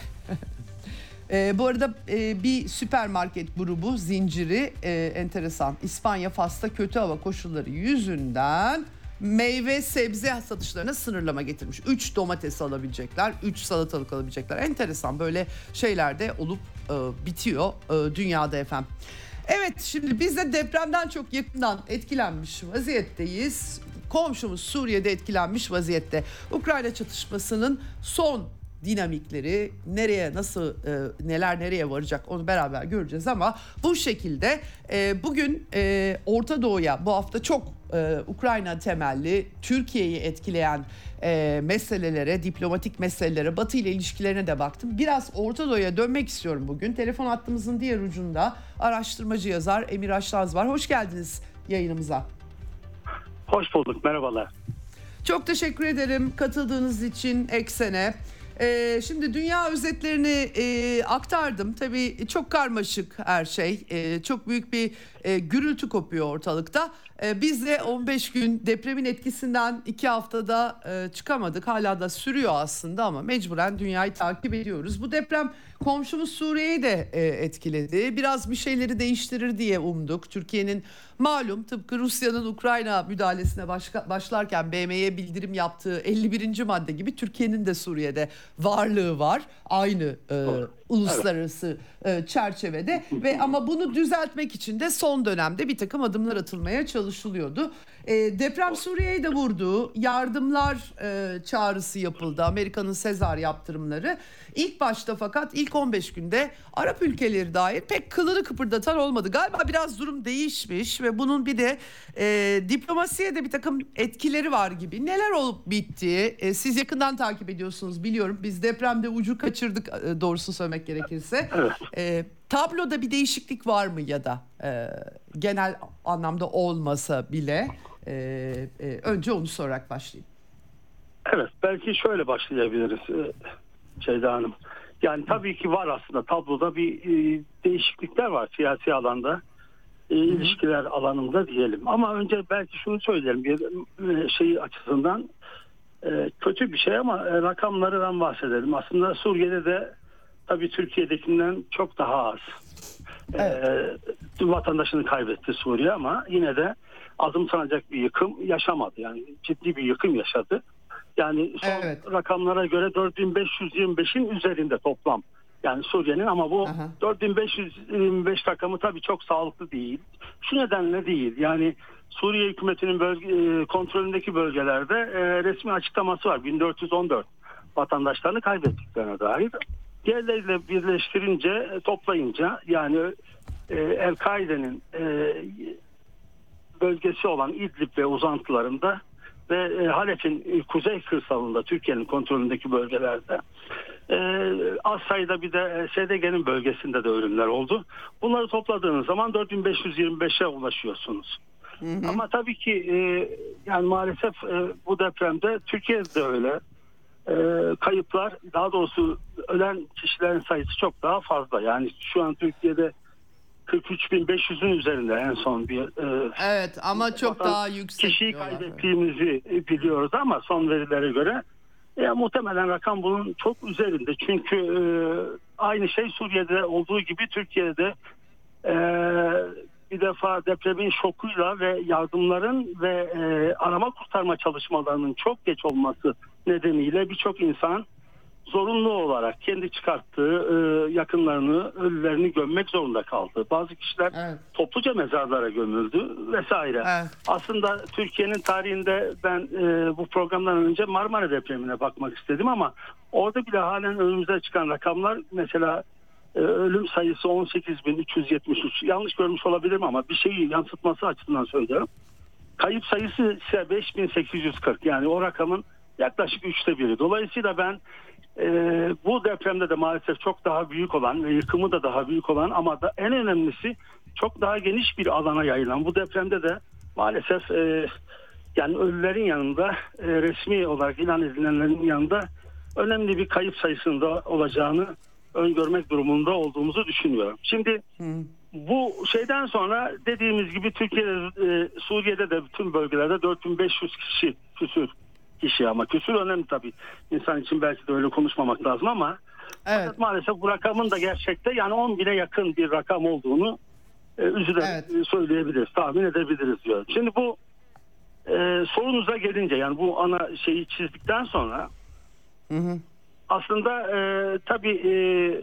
e, bu arada e, bir süpermarket grubu zinciri e, enteresan. İspanya, Fas'ta kötü hava koşulları yüzünden meyve sebze satışlarına sınırlama getirmiş. üç domates alabilecekler, üç salatalık alabilecekler. Enteresan böyle şeyler de olup e, bitiyor e, dünyada efendim. Evet, şimdi biz de depremden çok yakından etkilenmiş vaziyetteyiz. Komşumuz Suriye'de etkilenmiş vaziyette. Ukrayna çatışmasının son dinamikleri nereye nasıl e, neler nereye varacak onu beraber göreceğiz ama bu şekilde e, bugün e, Orta Doğu'ya bu hafta çok e, Ukrayna temelli Türkiye'yi etkileyen e, meselelere, diplomatik meselelere, Batı ile ilişkilerine de baktım. Biraz Orta Doğu'ya dönmek istiyorum bugün. Telefon hattımızın diğer ucunda araştırmacı yazar Emir Aşlaz var. Hoş geldiniz yayınımıza. Hoş bulduk, merhabalar. Çok teşekkür ederim katıldığınız için Eksen'e. Ee, şimdi dünya özetlerini e, aktardım. Tabii çok karmaşık her şey. E, çok büyük bir e, gürültü kopuyor ortalıkta. E, biz de on beş gün depremin etkisinden iki haftada e, çıkamadık. Hala da sürüyor aslında ama mecburen dünyayı takip ediyoruz. Bu deprem komşumuz Suriye'yi de e, etkiledi. Biraz bir şeyleri değiştirir diye umduk. Türkiye'nin malum tıpkı Rusya'nın Ukrayna müdahalesine başka, başlarken B M'ye bildirim yaptığı elli birinci madde gibi Türkiye'nin de Suriye'de varlığı var. Aynı e, uluslararası e, çerçevede ve ama bunu düzeltmek için de son dönemde bir takım adımlar atılmaya çalışılıyordu. E, deprem Suriye'yi de vurdu. Yardımlar e, çağrısı yapıldı. Amerika'nın Sezar yaptırımları. İlk başta fakat ilk on beş günde Arap ülkeleri dair pek kılını kıpırdatan olmadı. Galiba biraz durum değişmiş ve bunun bir de e, diplomasiye de bir takım etkileri var gibi. Neler olup bitti? E, siz yakından takip ediyorsunuz biliyorum. Biz depremde ucu kaçırdık e, doğrusu söylemek gerekirse. Evet. E, tabloda bir değişiklik var mı ya da e, genel anlamda olmasa bile e, e, önce onu sorarak başlayayım. Evet, belki şöyle başlayabiliriz Ceyda Hanım. Yani tabii ki var aslında tabloda bir e, değişiklikler var siyasi alanda, e, ilişkiler alanında diyelim. Ama önce belki şunu söyleyelim bir e, şey açısından e, kötü bir şey ama e, rakamlardan bahsedelim. Aslında Suriye'de de tabii Türkiye'dekinden çok daha az. Evet. E, vatandaşını kaybetti Suriye ama yine de azımsanacak bir yıkım yaşamadı. Yani ciddi bir yıkım yaşadı. Yani son evet. rakamlara göre dört bin beş yüz yirmi beşin üzerinde toplam. Yani Suriye'nin ama bu Aha. dört bin beş yüz yirmi beş rakamı tabii çok sağlıklı değil. Şu nedenle değil. Yani Suriye hükümetinin bölge, kontrolündeki bölgelerde e, resmi açıklaması var. bin dört yüz on dört vatandaşlarını kaybettiklerine dair. Diğerleriyle birleştirince, toplayınca yani e, El-Kaide'nin e, bölgesi olan İdlib ve uzantılarında ve e, Halep'in e, kuzey kırsalında Türkiye'nin kontrolündeki bölgelerde e, az sayıda bir de e, S D G'nin bölgesinde de ölümler oldu. Bunları topladığınız zaman dört bin beş yüz yirmi beşe ulaşıyorsunuz. Hı hı. Ama tabii ki e, yani maalesef e, bu depremde Türkiye'de de öyle. E, kayıplar, daha doğrusu ölen kişilerin sayısı çok daha fazla. Yani şu an Türkiye'de kırk üç bin beş yüzün üzerinde en son bir e, evet ama çok daha yüksek kişiyi kaybettiğimizi biliyoruz ama son verilere göre e, muhtemelen rakam bunun çok üzerinde. Çünkü e, aynı şey Suriye'de olduğu gibi Türkiye'de e, bir defa depremin şokuyla ve yardımların ve e, arama kurtarma çalışmalarının çok geç olması nedeniyle birçok insan zorunlu olarak kendi çıkarttığı e, yakınlarını, ölülerini gömmek zorunda kaldı. Bazı kişiler evet. topluca mezarlara gömüldü vesaire. Evet. Aslında Türkiye'nin tarihinde ben e, bu programdan önce Marmara depremine bakmak istedim ama orada bile halen önümüze çıkan rakamlar mesela e, ölüm sayısı on sekiz bin üç yüz yetmiş üç. Yanlış görmüş olabilirim ama bir şeyi yansıtması açısından söylüyorum. Kayıp sayısı ise beş bin sekiz yüz kırk, yani o rakamın yaklaşık üçte biri. Dolayısıyla ben Ee, bu depremde de maalesef çok daha büyük olan ve yıkımı da daha büyük olan ama da en önemlisi çok daha geniş bir alana yayılan bu depremde de maalesef e, yani ölülerin yanında e, resmi olarak ilan edilenlerin yanında önemli bir kayıp sayısında olacağını öngörmek durumunda olduğumuzu düşünüyorum. Şimdi hmm. bu şeyden sonra dediğimiz gibi Türkiye'de, e, Suriye'de de bütün bölgelerde dört bin beş yüz kişi küsür kişi ama küsur önemli tabii. İnsan için belki de öyle konuşmamak lazım ama evet. maalesef bu rakamın da gerçekte yani on bine yakın bir rakam olduğunu e, üzülerek evet. söyleyebiliriz, tahmin edebiliriz diyor. Şimdi bu e, sorunuza gelince yani bu ana şeyi çizdikten sonra hı hı. aslında e, tabii e,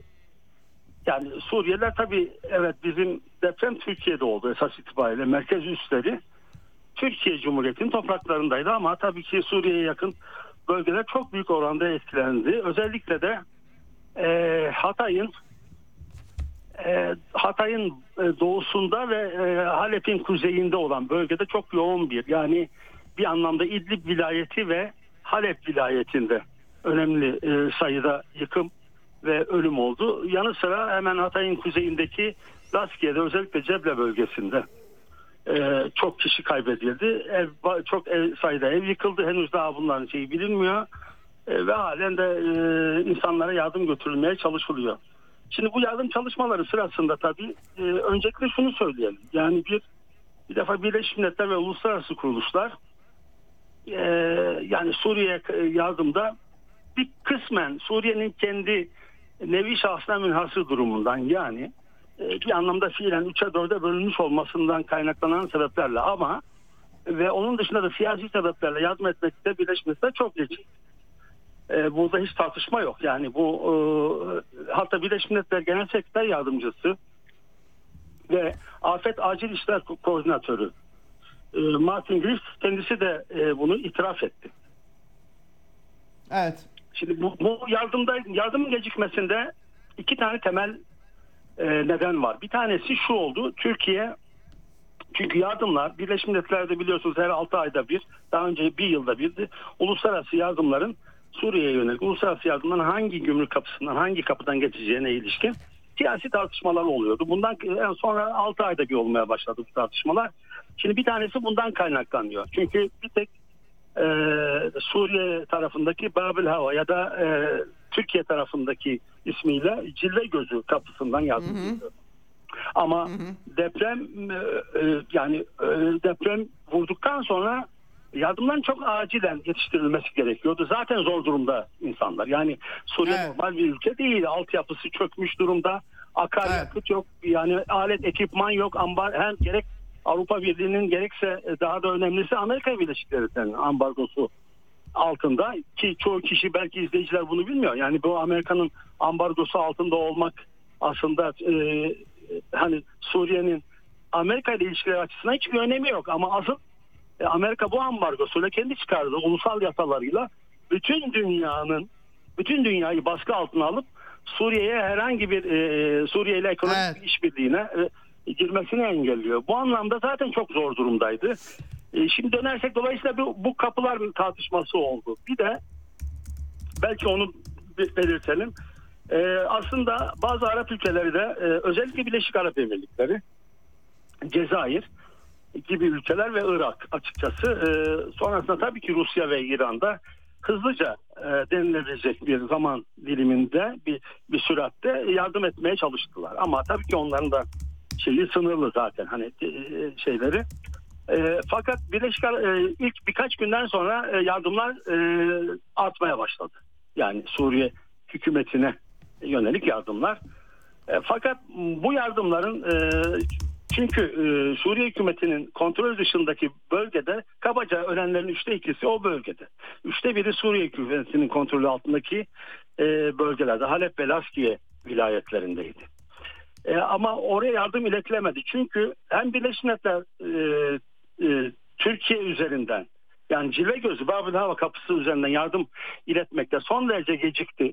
yani Suriyeliler tabii evet bizim deprem Türkiye'de oldu esas itibariyle merkez üsleri Türkiye Cumhuriyeti'nin topraklarındaydı ama tabii ki Suriye'ye yakın bölgeler çok büyük oranda etkilendi. Özellikle de e, Hatay'ın e, Hatay'ın doğusunda ve e, Halep'in kuzeyinde olan bölgede çok yoğun bir, yani bir anlamda İdlib vilayeti ve Halep vilayetinde önemli e, sayıda yıkım ve ölüm oldu. Yanı sıra hemen Hatay'ın kuzeyindeki Laskiye'de, özellikle Ceble bölgesinde e, çok kişi kaybedildi. Ev, çok ev, sayıda ev yıkıldı. Henüz daha bunların şeyi bilinmiyor. E, ve halen de e, insanlara yardım götürülmeye çalışılıyor. Şimdi bu yardım çalışmaları sırasında tabii e, öncelikle şunu söyleyelim. Yani bir bir defa Birleşmiş Milletler ve uluslararası kuruluşlar e, yani Suriye yardımda bir kısmen Suriye'nin kendi nevi şahsına münhasır durumundan, yani e, bir anlamda fiilen üçe dörde bölünmüş olmasından kaynaklanan sebeplerle, ama ve onun dışında da siyasi sebeplerle yardım etmekte Birleşmiş Milletler çok gecikti. E, burada hiç tartışma yok. Yani bu e, hatta Birleşmiş Milletler Genel Sekreter Yardımcısı ve Afet Acil İşler Ko- Koordinatörü e, Martin Griffiths kendisi de e, bunu itiraf etti. Evet. Şimdi bu, bu yardımda yardımın gecikmesinde iki tane temel e, neden var. Bir tanesi şu oldu: Türkiye, çünkü yardımlar Birleşmiş Milletler'de biliyorsunuz her altı ayda bir, daha önce bir yılda birdi, uluslararası yardımların Suriye'ye yönelik uluslararası yardımların hangi gümrük kapısından, hangi kapıdan geçeceğine ilişkin siyasi tartışmalar oluyordu. Bundan sonra altı ayda bir olmaya başladı bu tartışmalar. Şimdi bir tanesi bundan kaynaklanıyor. Çünkü bir tek e, Suriye tarafındaki Babil Hava ya da e, Türkiye tarafındaki ismiyle Cilve Gözü kapısından yardım ediyor. Ama hı hı. deprem e, yani e, deprem vurduktan sonra yardımların çok acilen yetiştirilmesi gerekiyordu. Zaten zor durumda insanlar. Yani Suriye evet. normal bir ülke değil. Altyapısı çökmüş durumda. Akaryakıt evet. yok. Yani alet, ekipman yok. Ambar, hem gerek Avrupa Birliği'nin gerekse daha da önemlisi Amerika Birleşik Devletleri'nin ambargosu altında, ki çoğu kişi, belki izleyiciler bunu bilmiyor. Yani bu Amerika'nın ambargosu altında olmak aslında e, hani Suriye'nin Amerika ile ilişkileri açısından hiçbir önemi yok. Ama asıl Amerika bu ambargosuyla, kendi çıkardığı ulusal yasalarıyla bütün dünyanın bütün dünyayı baskı altına alıp Suriye'ye herhangi bir e, Suriye ile ekonomik evet. işbirliğine e, girmesini engelliyor. Bu anlamda zaten çok zor durumdaydı. E, şimdi dönersek, dolayısıyla bu, bu kapılar tartışması oldu. Bir de belki onu belirtelim. E, aslında bazı Arap ülkeleri de e, özellikle Birleşik Arap Emirlikleri, Cezayir gibi ülkeler ve Irak açıkçası e, sonrasında tabii ki Rusya ve İran'da hızlıca e, denilebilecek bir zaman diliminde bir, bir süratte yardım etmeye çalıştılar. Ama tabii ki onların da şeyi sınırlı zaten, hani e, şeyleri. E, fakat Birleşik e, ilk birkaç günden sonra e, yardımlar e, artmaya başladı. Yani Suriye hükümetine yönelik yardımlar. E, fakat bu yardımların e, çünkü e, Suriye hükümetinin kontrol dışındaki bölgede kabaca ölenlerin üçte ikisi o bölgede. Üçte biri Suriye hükümetinin kontrolü altındaki e, bölgelerde, Halep ve Laskiye vilayetlerindeydi. E, ama oraya yardım iletilemedi. Çünkü hem Birleşmiş Milletler e, e, Türkiye üzerinden, yani Cilve Gözü, Babil Hava kapısı üzerinden yardım iletmekte son derece gecikti.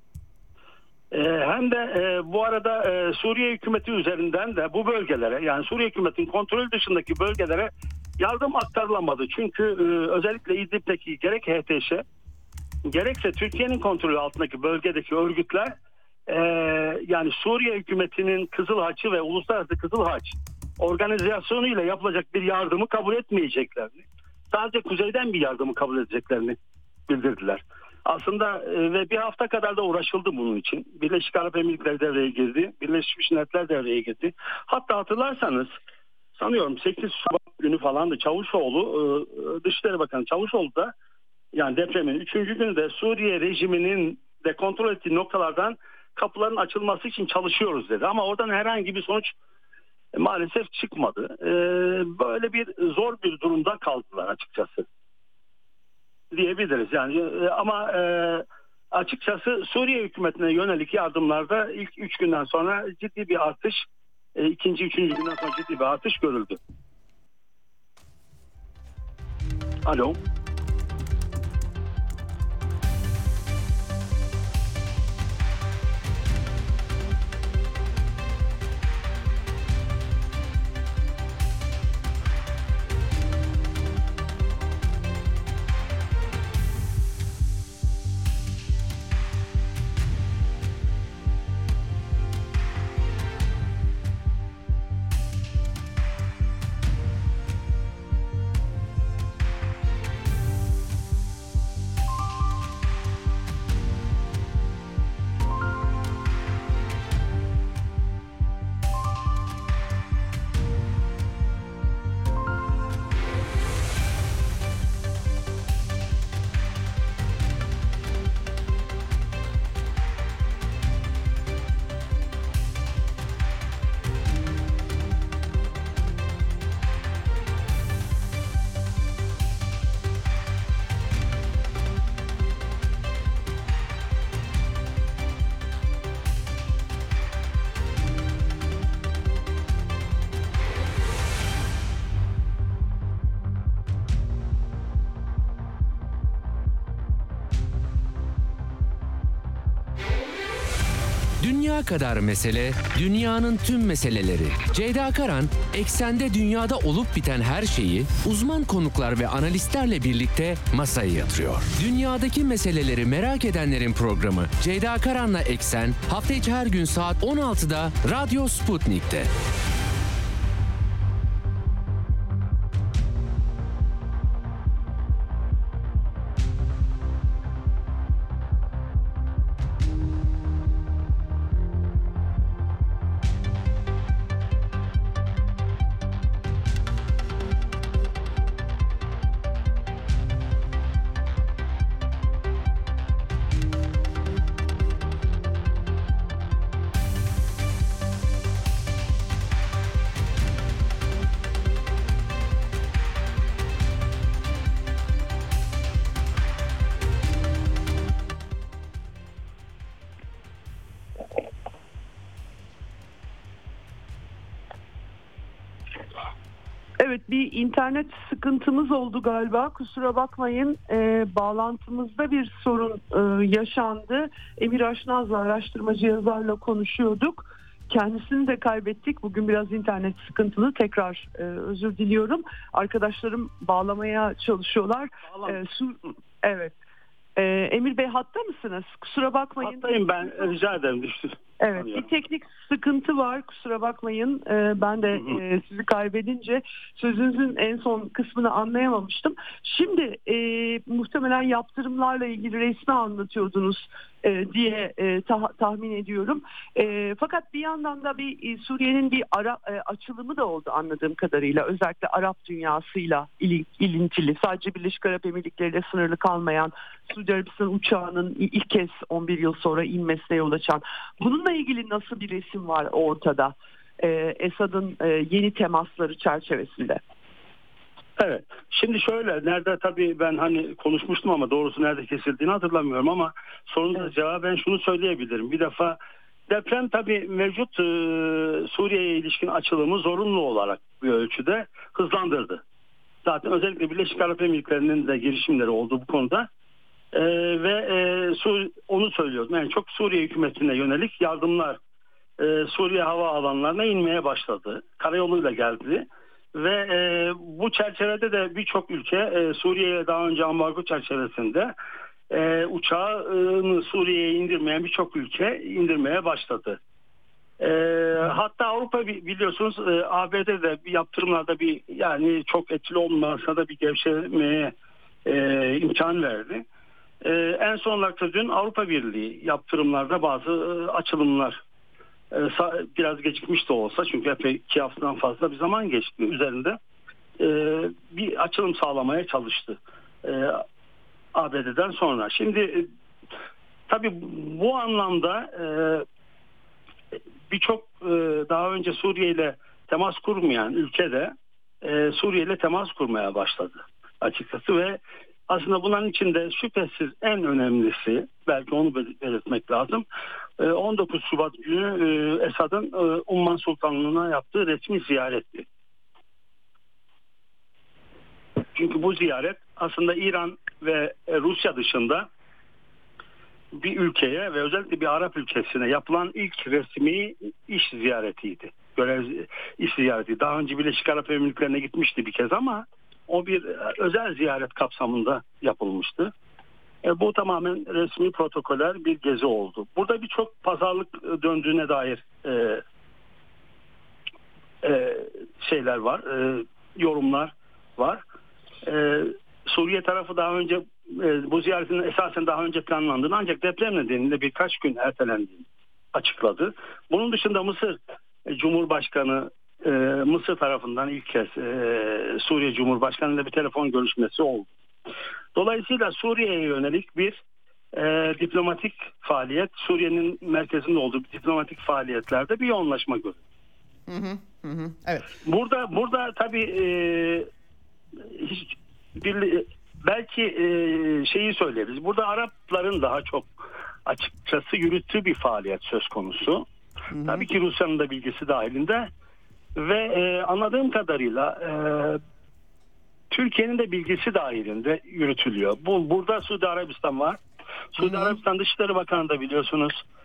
Hem de bu arada Suriye hükümeti üzerinden de bu bölgelere, yani Suriye hükümetinin kontrolü dışındaki bölgelere yardım aktarılamadı. Çünkü özellikle İdlib'deki gerek H T Ş gerekse Türkiye'nin kontrolü altındaki bölgedeki örgütler yani Suriye hükümetinin Kızıl Haç'ı ve Uluslararası Kızıl Haç organizasyonu ile yapılacak bir yardımı kabul etmeyeceklerini, sadece kuzeyden bir yardımı kabul edeceklerini bildirdiler. Aslında e, ve bir hafta kadar da uğraşıldı bunun için. Birleşik Arap Emirlikleri devreye girdi. Birleşmiş Milletler devreye girdi. Hatta hatırlarsanız sanıyorum sekiz Şubat günü falandı, Çavuşoğlu, e, Dışişleri Bakanı Çavuşoğlu da, yani depremin üçüncü günü de Suriye rejiminin de kontrol ettiği noktalardan kapıların açılması için çalışıyoruz dedi. Ama oradan herhangi bir sonuç e, maalesef çıkmadı. E, böyle bir zor bir durumda kaldılar açıkçası diyebiliriz. Yani ama e, açıkçası Suriye hükümetine yönelik yardımlarda ilk üç günden sonra ciddi bir artış, e, ikinci, üçüncü günden sonra ciddi bir artış görüldü. Alo. Dünya kadar mesele, dünyanın tüm meseleleri. Ceyda Karan, eksende dünyada olup biten her şeyi uzman konuklar ve analistlerle birlikte masaya yatırıyor. Dünyadaki meseleleri merak edenlerin programı Ceyda Karan'la Eksen hafta içi her gün saat on altıda Radyo Sputnik'te. Evet, bir internet sıkıntımız oldu galiba. Kusura bakmayın, e, bağlantımızda bir sorun e, yaşandı. Emir Aşnaz'la, araştırmacı yazarla konuşuyorduk. Kendisini de kaybettik. Bugün biraz internet sıkıntılı. Tekrar e, özür diliyorum. Arkadaşlarım bağlamaya çalışıyorlar. E, su, evet. E, Emir Bey, hatta mısınız? Kusura bakmayın. Hattayım ben. Rica ederim. Düştü. Evet, bir teknik sıkıntı var, kusura bakmayın. Ee, ben de e, sizi kaybedince sözünüzün en son kısmını anlayamamıştım. Şimdi e, muhtemelen yaptırımlarla ilgili resmi anlatıyordunuz e, diye e, ta- tahmin ediyorum. E, fakat bir yandan da bir e, Suriye'nin bir ara, e, açılımı da oldu anladığım kadarıyla. Özellikle Arap dünyasıyla il, ilintili, sadece Birleşik Arap Emirlikleri ile sınırlı kalmayan Suudi Arabistan uçağının ilk kez on bir yıl sonra inmesine yol açan. Bununla ilgili nasıl bir resim var ortada ee, Esad'ın e, yeni temasları çerçevesinde? Evet. Şimdi şöyle, nerede tabii ben hani konuşmuştum ama doğrusu nerede kesildiğini hatırlamıyorum ama sorunuza evet. cevaben şunu söyleyebilirim. Bir defa deprem tabii mevcut e, Suriye'ye ilişkin açılımı zorunlu olarak bir ölçüde hızlandırdı. Zaten özellikle Birleşik Arap Emirlikleri'nin de girişimleri oldu bu konuda. Ee, ve e, Sur- onu söylüyordum. Yani çok Suriye hükümetine yönelik yardımlar e, Suriye hava alanlarına inmeye başladı. Karayoluyla geldi. Ve e, bu çerçevede de birçok ülke e, Suriye'ye daha önce ambargo çerçevesinde e, uçağını Suriye'ye indirmeyen birçok ülke indirmeye başladı. E, hatta Avrupa biliyorsunuz e, A B D'de bir yaptırımlarda bir yani çok etkili olmasa da bir gevşemeye e, imkan verdi. Ee, en son olarak da dün Avrupa Birliği yaptırımlarda bazı e, açılımlar e, sa- biraz gecikmiş de olsa çünkü epey iki haftadan fazla bir zaman geçti üzerinde e, bir açılım sağlamaya çalıştı e, A B D'den sonra. Şimdi e, tabii bu anlamda e, birçok e, daha önce Suriye ile temas kurmayan ülkede e, Suriye ile temas kurmaya başladı açıkçası ve aslında bunların içinde şüphesiz en önemlisi, belki onu belirtmek lazım, on dokuz Şubat günü Esad'ın Umman Sultanlığı'na yaptığı resmi ziyaretti. Çünkü bu ziyaret aslında İran ve Rusya dışında bir ülkeye ve özellikle bir Arap ülkesine yapılan ilk resmi iş ziyaretiydi. Görev iş ziyareti. Daha önce Birleşik Arap Emirlikleri'ne gitmişti bir kez ama o bir özel ziyaret kapsamında yapılmıştı. E, bu tamamen resmi protokoller bir gezi oldu. Burada birçok pazarlık döndüğüne dair e, e, şeyler var, e, yorumlar var. E, Suriye tarafı daha önce e, bu ziyaretin esasen daha önce planlandığını ancak deprem nedeniyle birkaç gün ertelendiğini açıkladı. Bunun dışında Mısır e, Cumhurbaşkanı e, Mısır tarafından ilk kez e, Suriye Cumhurbaşkanı ile bir telefon görüşmesi oldu. Dolayısıyla Suriye'ye yönelik bir e, diplomatik faaliyet, Suriye'nin merkezinde olduğu bir diplomatik faaliyetlerde bir yoğunlaşma görüldü. Hı hı, hı, evet. Burada burada tabii e, hiç bir, belki e, şeyi söyleyebiliriz. Burada Arapların daha çok açıkçası yürüttüğü bir faaliyet söz konusu. Hı hı. Tabii ki Rusya'nın da bilgisi dahilinde ve e, anladığım kadarıyla e, Türkiye'nin de bilgisi dahilinde yürütülüyor. Bu burada Suudi Arabistan var. Suudi hı hı. Arabistan Dışişleri Bakanı da biliyorsunuz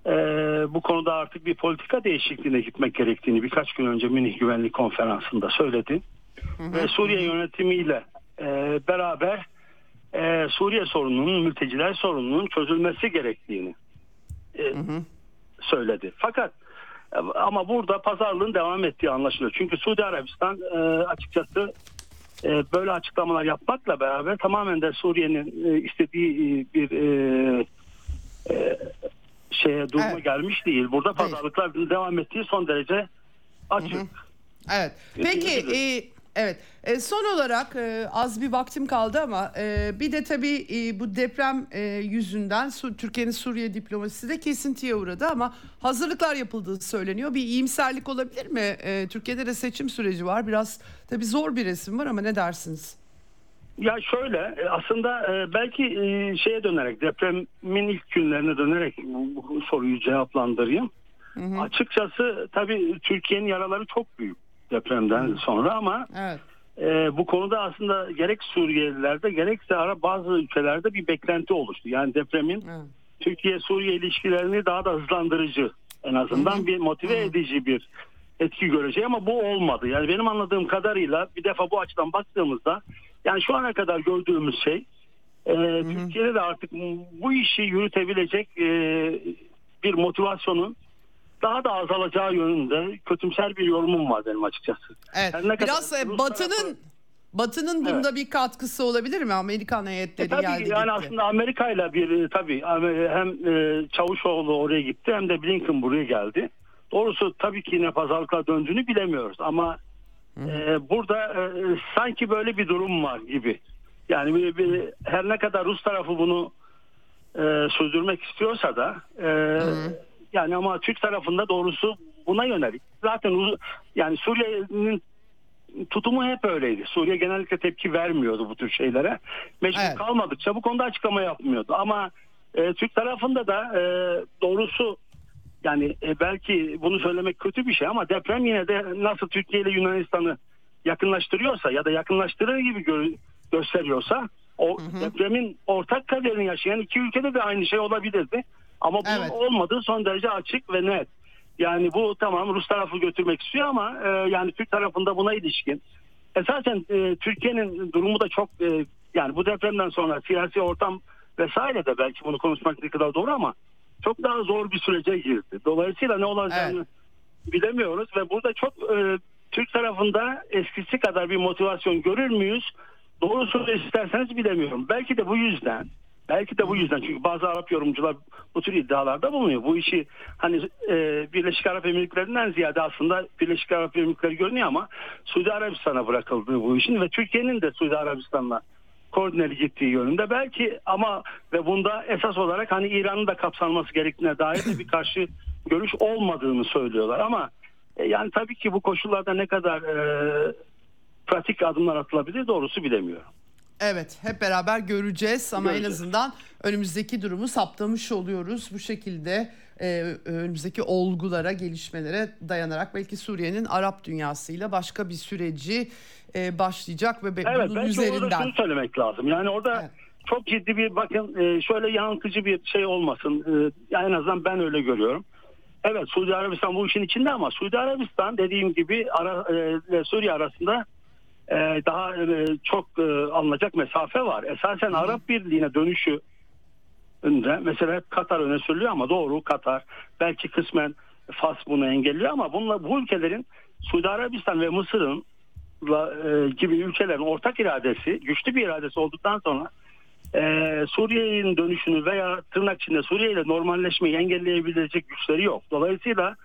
e, bu konuda artık bir politika değişikliğine gitmek gerektiğini birkaç gün önce Münih Güvenlik Konferansı'nda söyledi. Hı hı, ve Suriye hı. yönetimiyle e, beraber e, Suriye sorununun, mülteciler sorununun çözülmesi gerektiğini e, hı hı. söyledi. Fakat ama burada pazarlığın devam ettiği anlaşılıyor. Çünkü Suudi Arabistan e, açıkçası e, böyle açıklamalar yapmakla beraber tamamen de Suriye'nin e, istediği bir e, e, şeye duruma evet. gelmiş değil. Burada pazarlıklar değil. devam ettiği son derece açık. Hı hı. Evet. Peki e, evet. E, son olarak e, az bir vaktim kaldı ama e, bir de tabii e, bu deprem e, yüzünden Su, Türkiye'nin Suriye diplomasisi de kesintiye uğradı ama hazırlıklar yapıldığı söyleniyor. Bir iyimserlik olabilir mi? E, Türkiye'de de seçim süreci var. Biraz tabii zor bir resim var ama ne dersiniz? Ya şöyle aslında belki şeye dönerek depremin ilk günlerine dönerek bu, bu soruyu cevaplandırayım. Hı hı. Açıkçası tabii Türkiye'nin yaraları çok büyük depremden hı. sonra ama evet. e, bu konuda aslında gerek Suriyelilerde gerekse ara bazı ülkelerde bir beklenti oluştu. Yani depremin hı. Türkiye-Suriye ilişkilerini daha da hızlandırıcı en azından hı hı. bir motive hı. edici bir etki göreceği ama bu olmadı. Yani benim anladığım kadarıyla bir defa bu açıdan baktığımızda yani şu ana kadar gördüğümüz şey e, Türkiye'de de artık bu işi yürütebilecek e, bir motivasyonun daha da azalacağı yönünde kötümser bir yorumum var benim açıkçası. Evet. Yani biraz kadar, Batı'nın tarafı, Batı'nın bunda evet. bir katkısı olabilir mi? Amerikan heyetleri e, tabii geldi yani gitti. Aslında Amerika ile bir tabii hem e, Çavuşoğlu oraya gitti hem de Blinken buraya geldi. Doğrusu tabii ki yine pazarlıklar döndüğünü bilemiyoruz ama e, burada e, sanki böyle bir durum var gibi. Yani bir, bir, her ne kadar Rus tarafı bunu e, sürdürmek istiyorsa da e, yani ama Türk tarafında doğrusu buna yönelik. Zaten yani Suriye'nin tutumu hep öyleydi. Suriye genellikle tepki vermiyordu bu tür şeylere. Mecbur evet. kalmadıkça bu konuda açıklama yapmıyordu. Ama e, Türk tarafında da e, doğrusu yani e, belki bunu söylemek kötü bir şey ama deprem yine de nasıl Türkiye ile Yunanistan'ı yakınlaştırıyorsa ya da yakınlaştırır gibi gö- gösteriyorsa o hı hı. depremin ortak kaderini yaşayan iki ülkede de aynı şey olabilirdi. Ama bunun evet. olmadığı son derece açık ve net. Yani bu tamam Rus tarafı götürmek istiyor ama e, yani Türk tarafında buna ilişkin. Esasen e, Türkiye'nin durumu da çok e, yani bu depremden sonra siyasi ortam vesaire de belki bunu konuşmak ne kadar doğru ama çok daha zor bir sürece girdi. Dolayısıyla ne olacağını evet. bilemiyoruz ve burada çok e, Türk tarafında eskisi kadar bir motivasyon görür müyüz? Doğrusunu isterseniz bilemiyorum. Belki de bu yüzden Belki de bu yüzden çünkü bazı Arap yorumcular bu tür iddialarda bulunuyor. Bu işi hani e, Birleşik Arap Emirlikleri'nden ziyade aslında Birleşik Arap Emirlikleri görünüyor ama Suudi Arabistan'a bırakıldığı bu işin ve Türkiye'nin de Suudi Arabistan'la koordineli gittiği yönünde belki ama ve bunda esas olarak hani İran'ın da kapsanması gerektiğine dair de bir karşı görüş olmadığını söylüyorlar ama e, yani tabii ki bu koşullarda ne kadar e, pratik adımlar atılabilir doğrusu bilemiyorum. Evet, hep beraber göreceğiz ama göreceğiz. En azından önümüzdeki durumu saptamış oluyoruz. Bu şekilde e, önümüzdeki olgulara, gelişmelere dayanarak belki Suriye'nin Arap dünyasıyla başka bir süreci e, başlayacak ve evet, bunun üzerinden. Evet, belki orada şunu söylemek lazım. Yani orada evet. çok ciddi bir bakın e, şöyle yanıltıcı bir şey olmasın. E, yani en azından ben öyle görüyorum. Evet, Suudi Arabistan bu işin içinde ama Suudi Arabistan dediğim gibi Ara, e, Suriye arasında Ee, daha e, çok e, alınacak mesafe var. Esasen Hı-hı. Arap Birliği'ne dönüşü önünde mesela Katar öne sürülüyor ama doğru Katar belki kısmen Fas bunu engelliyor ama bunlar bu ülkelerin Suudi Arabistan ve Mısır'ın e, gibi ülkelerin ortak iradesi, güçlü bir iradesi olduktan sonra e, Suriye'nin dönüşünü veya tırnak içinde Suriye ile normalleşmeyi engelleyebilecek güçleri yok. Dolayısıyla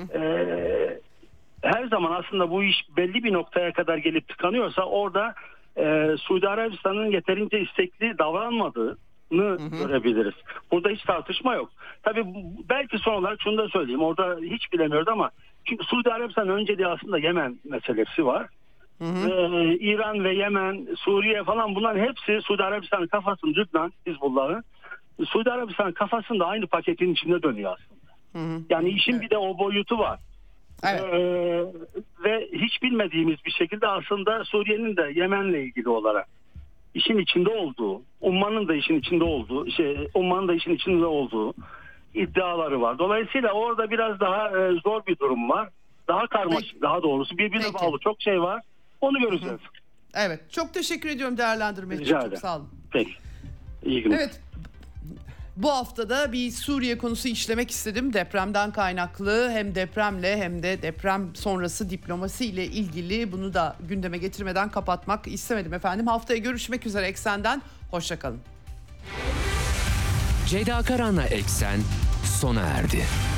e, her zaman aslında bu iş belli bir noktaya kadar gelip tıkanıyorsa orada e, Suudi Arabistan'ın yeterince istekli davranmadığını hı hı. görebiliriz. Burada hiç tartışma yok. Tabii belki son olarak şunu da söyleyeyim. Orada hiç bilemiyoruz ama çünkü Suudi Arabistan önceliği aslında Yemen meselesi var. Hı hı. Ee, İran ve Yemen, Suriye falan bunların hepsi Suudi Arabistan'ın kafasında Lübnan, Hizbullah'ı Suudi Arabistan'ın kafasında aynı paketin içinde dönüyor aslında. Hı hı. Yani işin evet. bir de o boyutu var. Evet. Ee, ve hiç bilmediğimiz bir şekilde aslında Suriye'nin de Yemen'le ilgili olarak işin içinde olduğu, Umman'ın da işin içinde olduğu, şey, Umman'ın da işin içinde olduğu iddiaları var. Dolayısıyla orada biraz daha e, zor bir durum var. Daha karmaşık, Peki. daha doğrusu birbirine Peki. bağlı çok şey var. Onu göreceğiz. Evet. Çok teşekkür ediyorum değerlendirme için. Rica Çok ederim. sağ olun. Peki. İyi günler. Evet. Bu haftada bir Suriye konusu işlemek istedim. Depremden kaynaklı hem depremle hem de deprem sonrası diplomasi ile ilgili bunu da gündeme getirmeden kapatmak istemedim efendim. Haftaya görüşmek üzere Eksen'den. Hoşça kalın. Ceyda Karan'la Eksen sona erdi.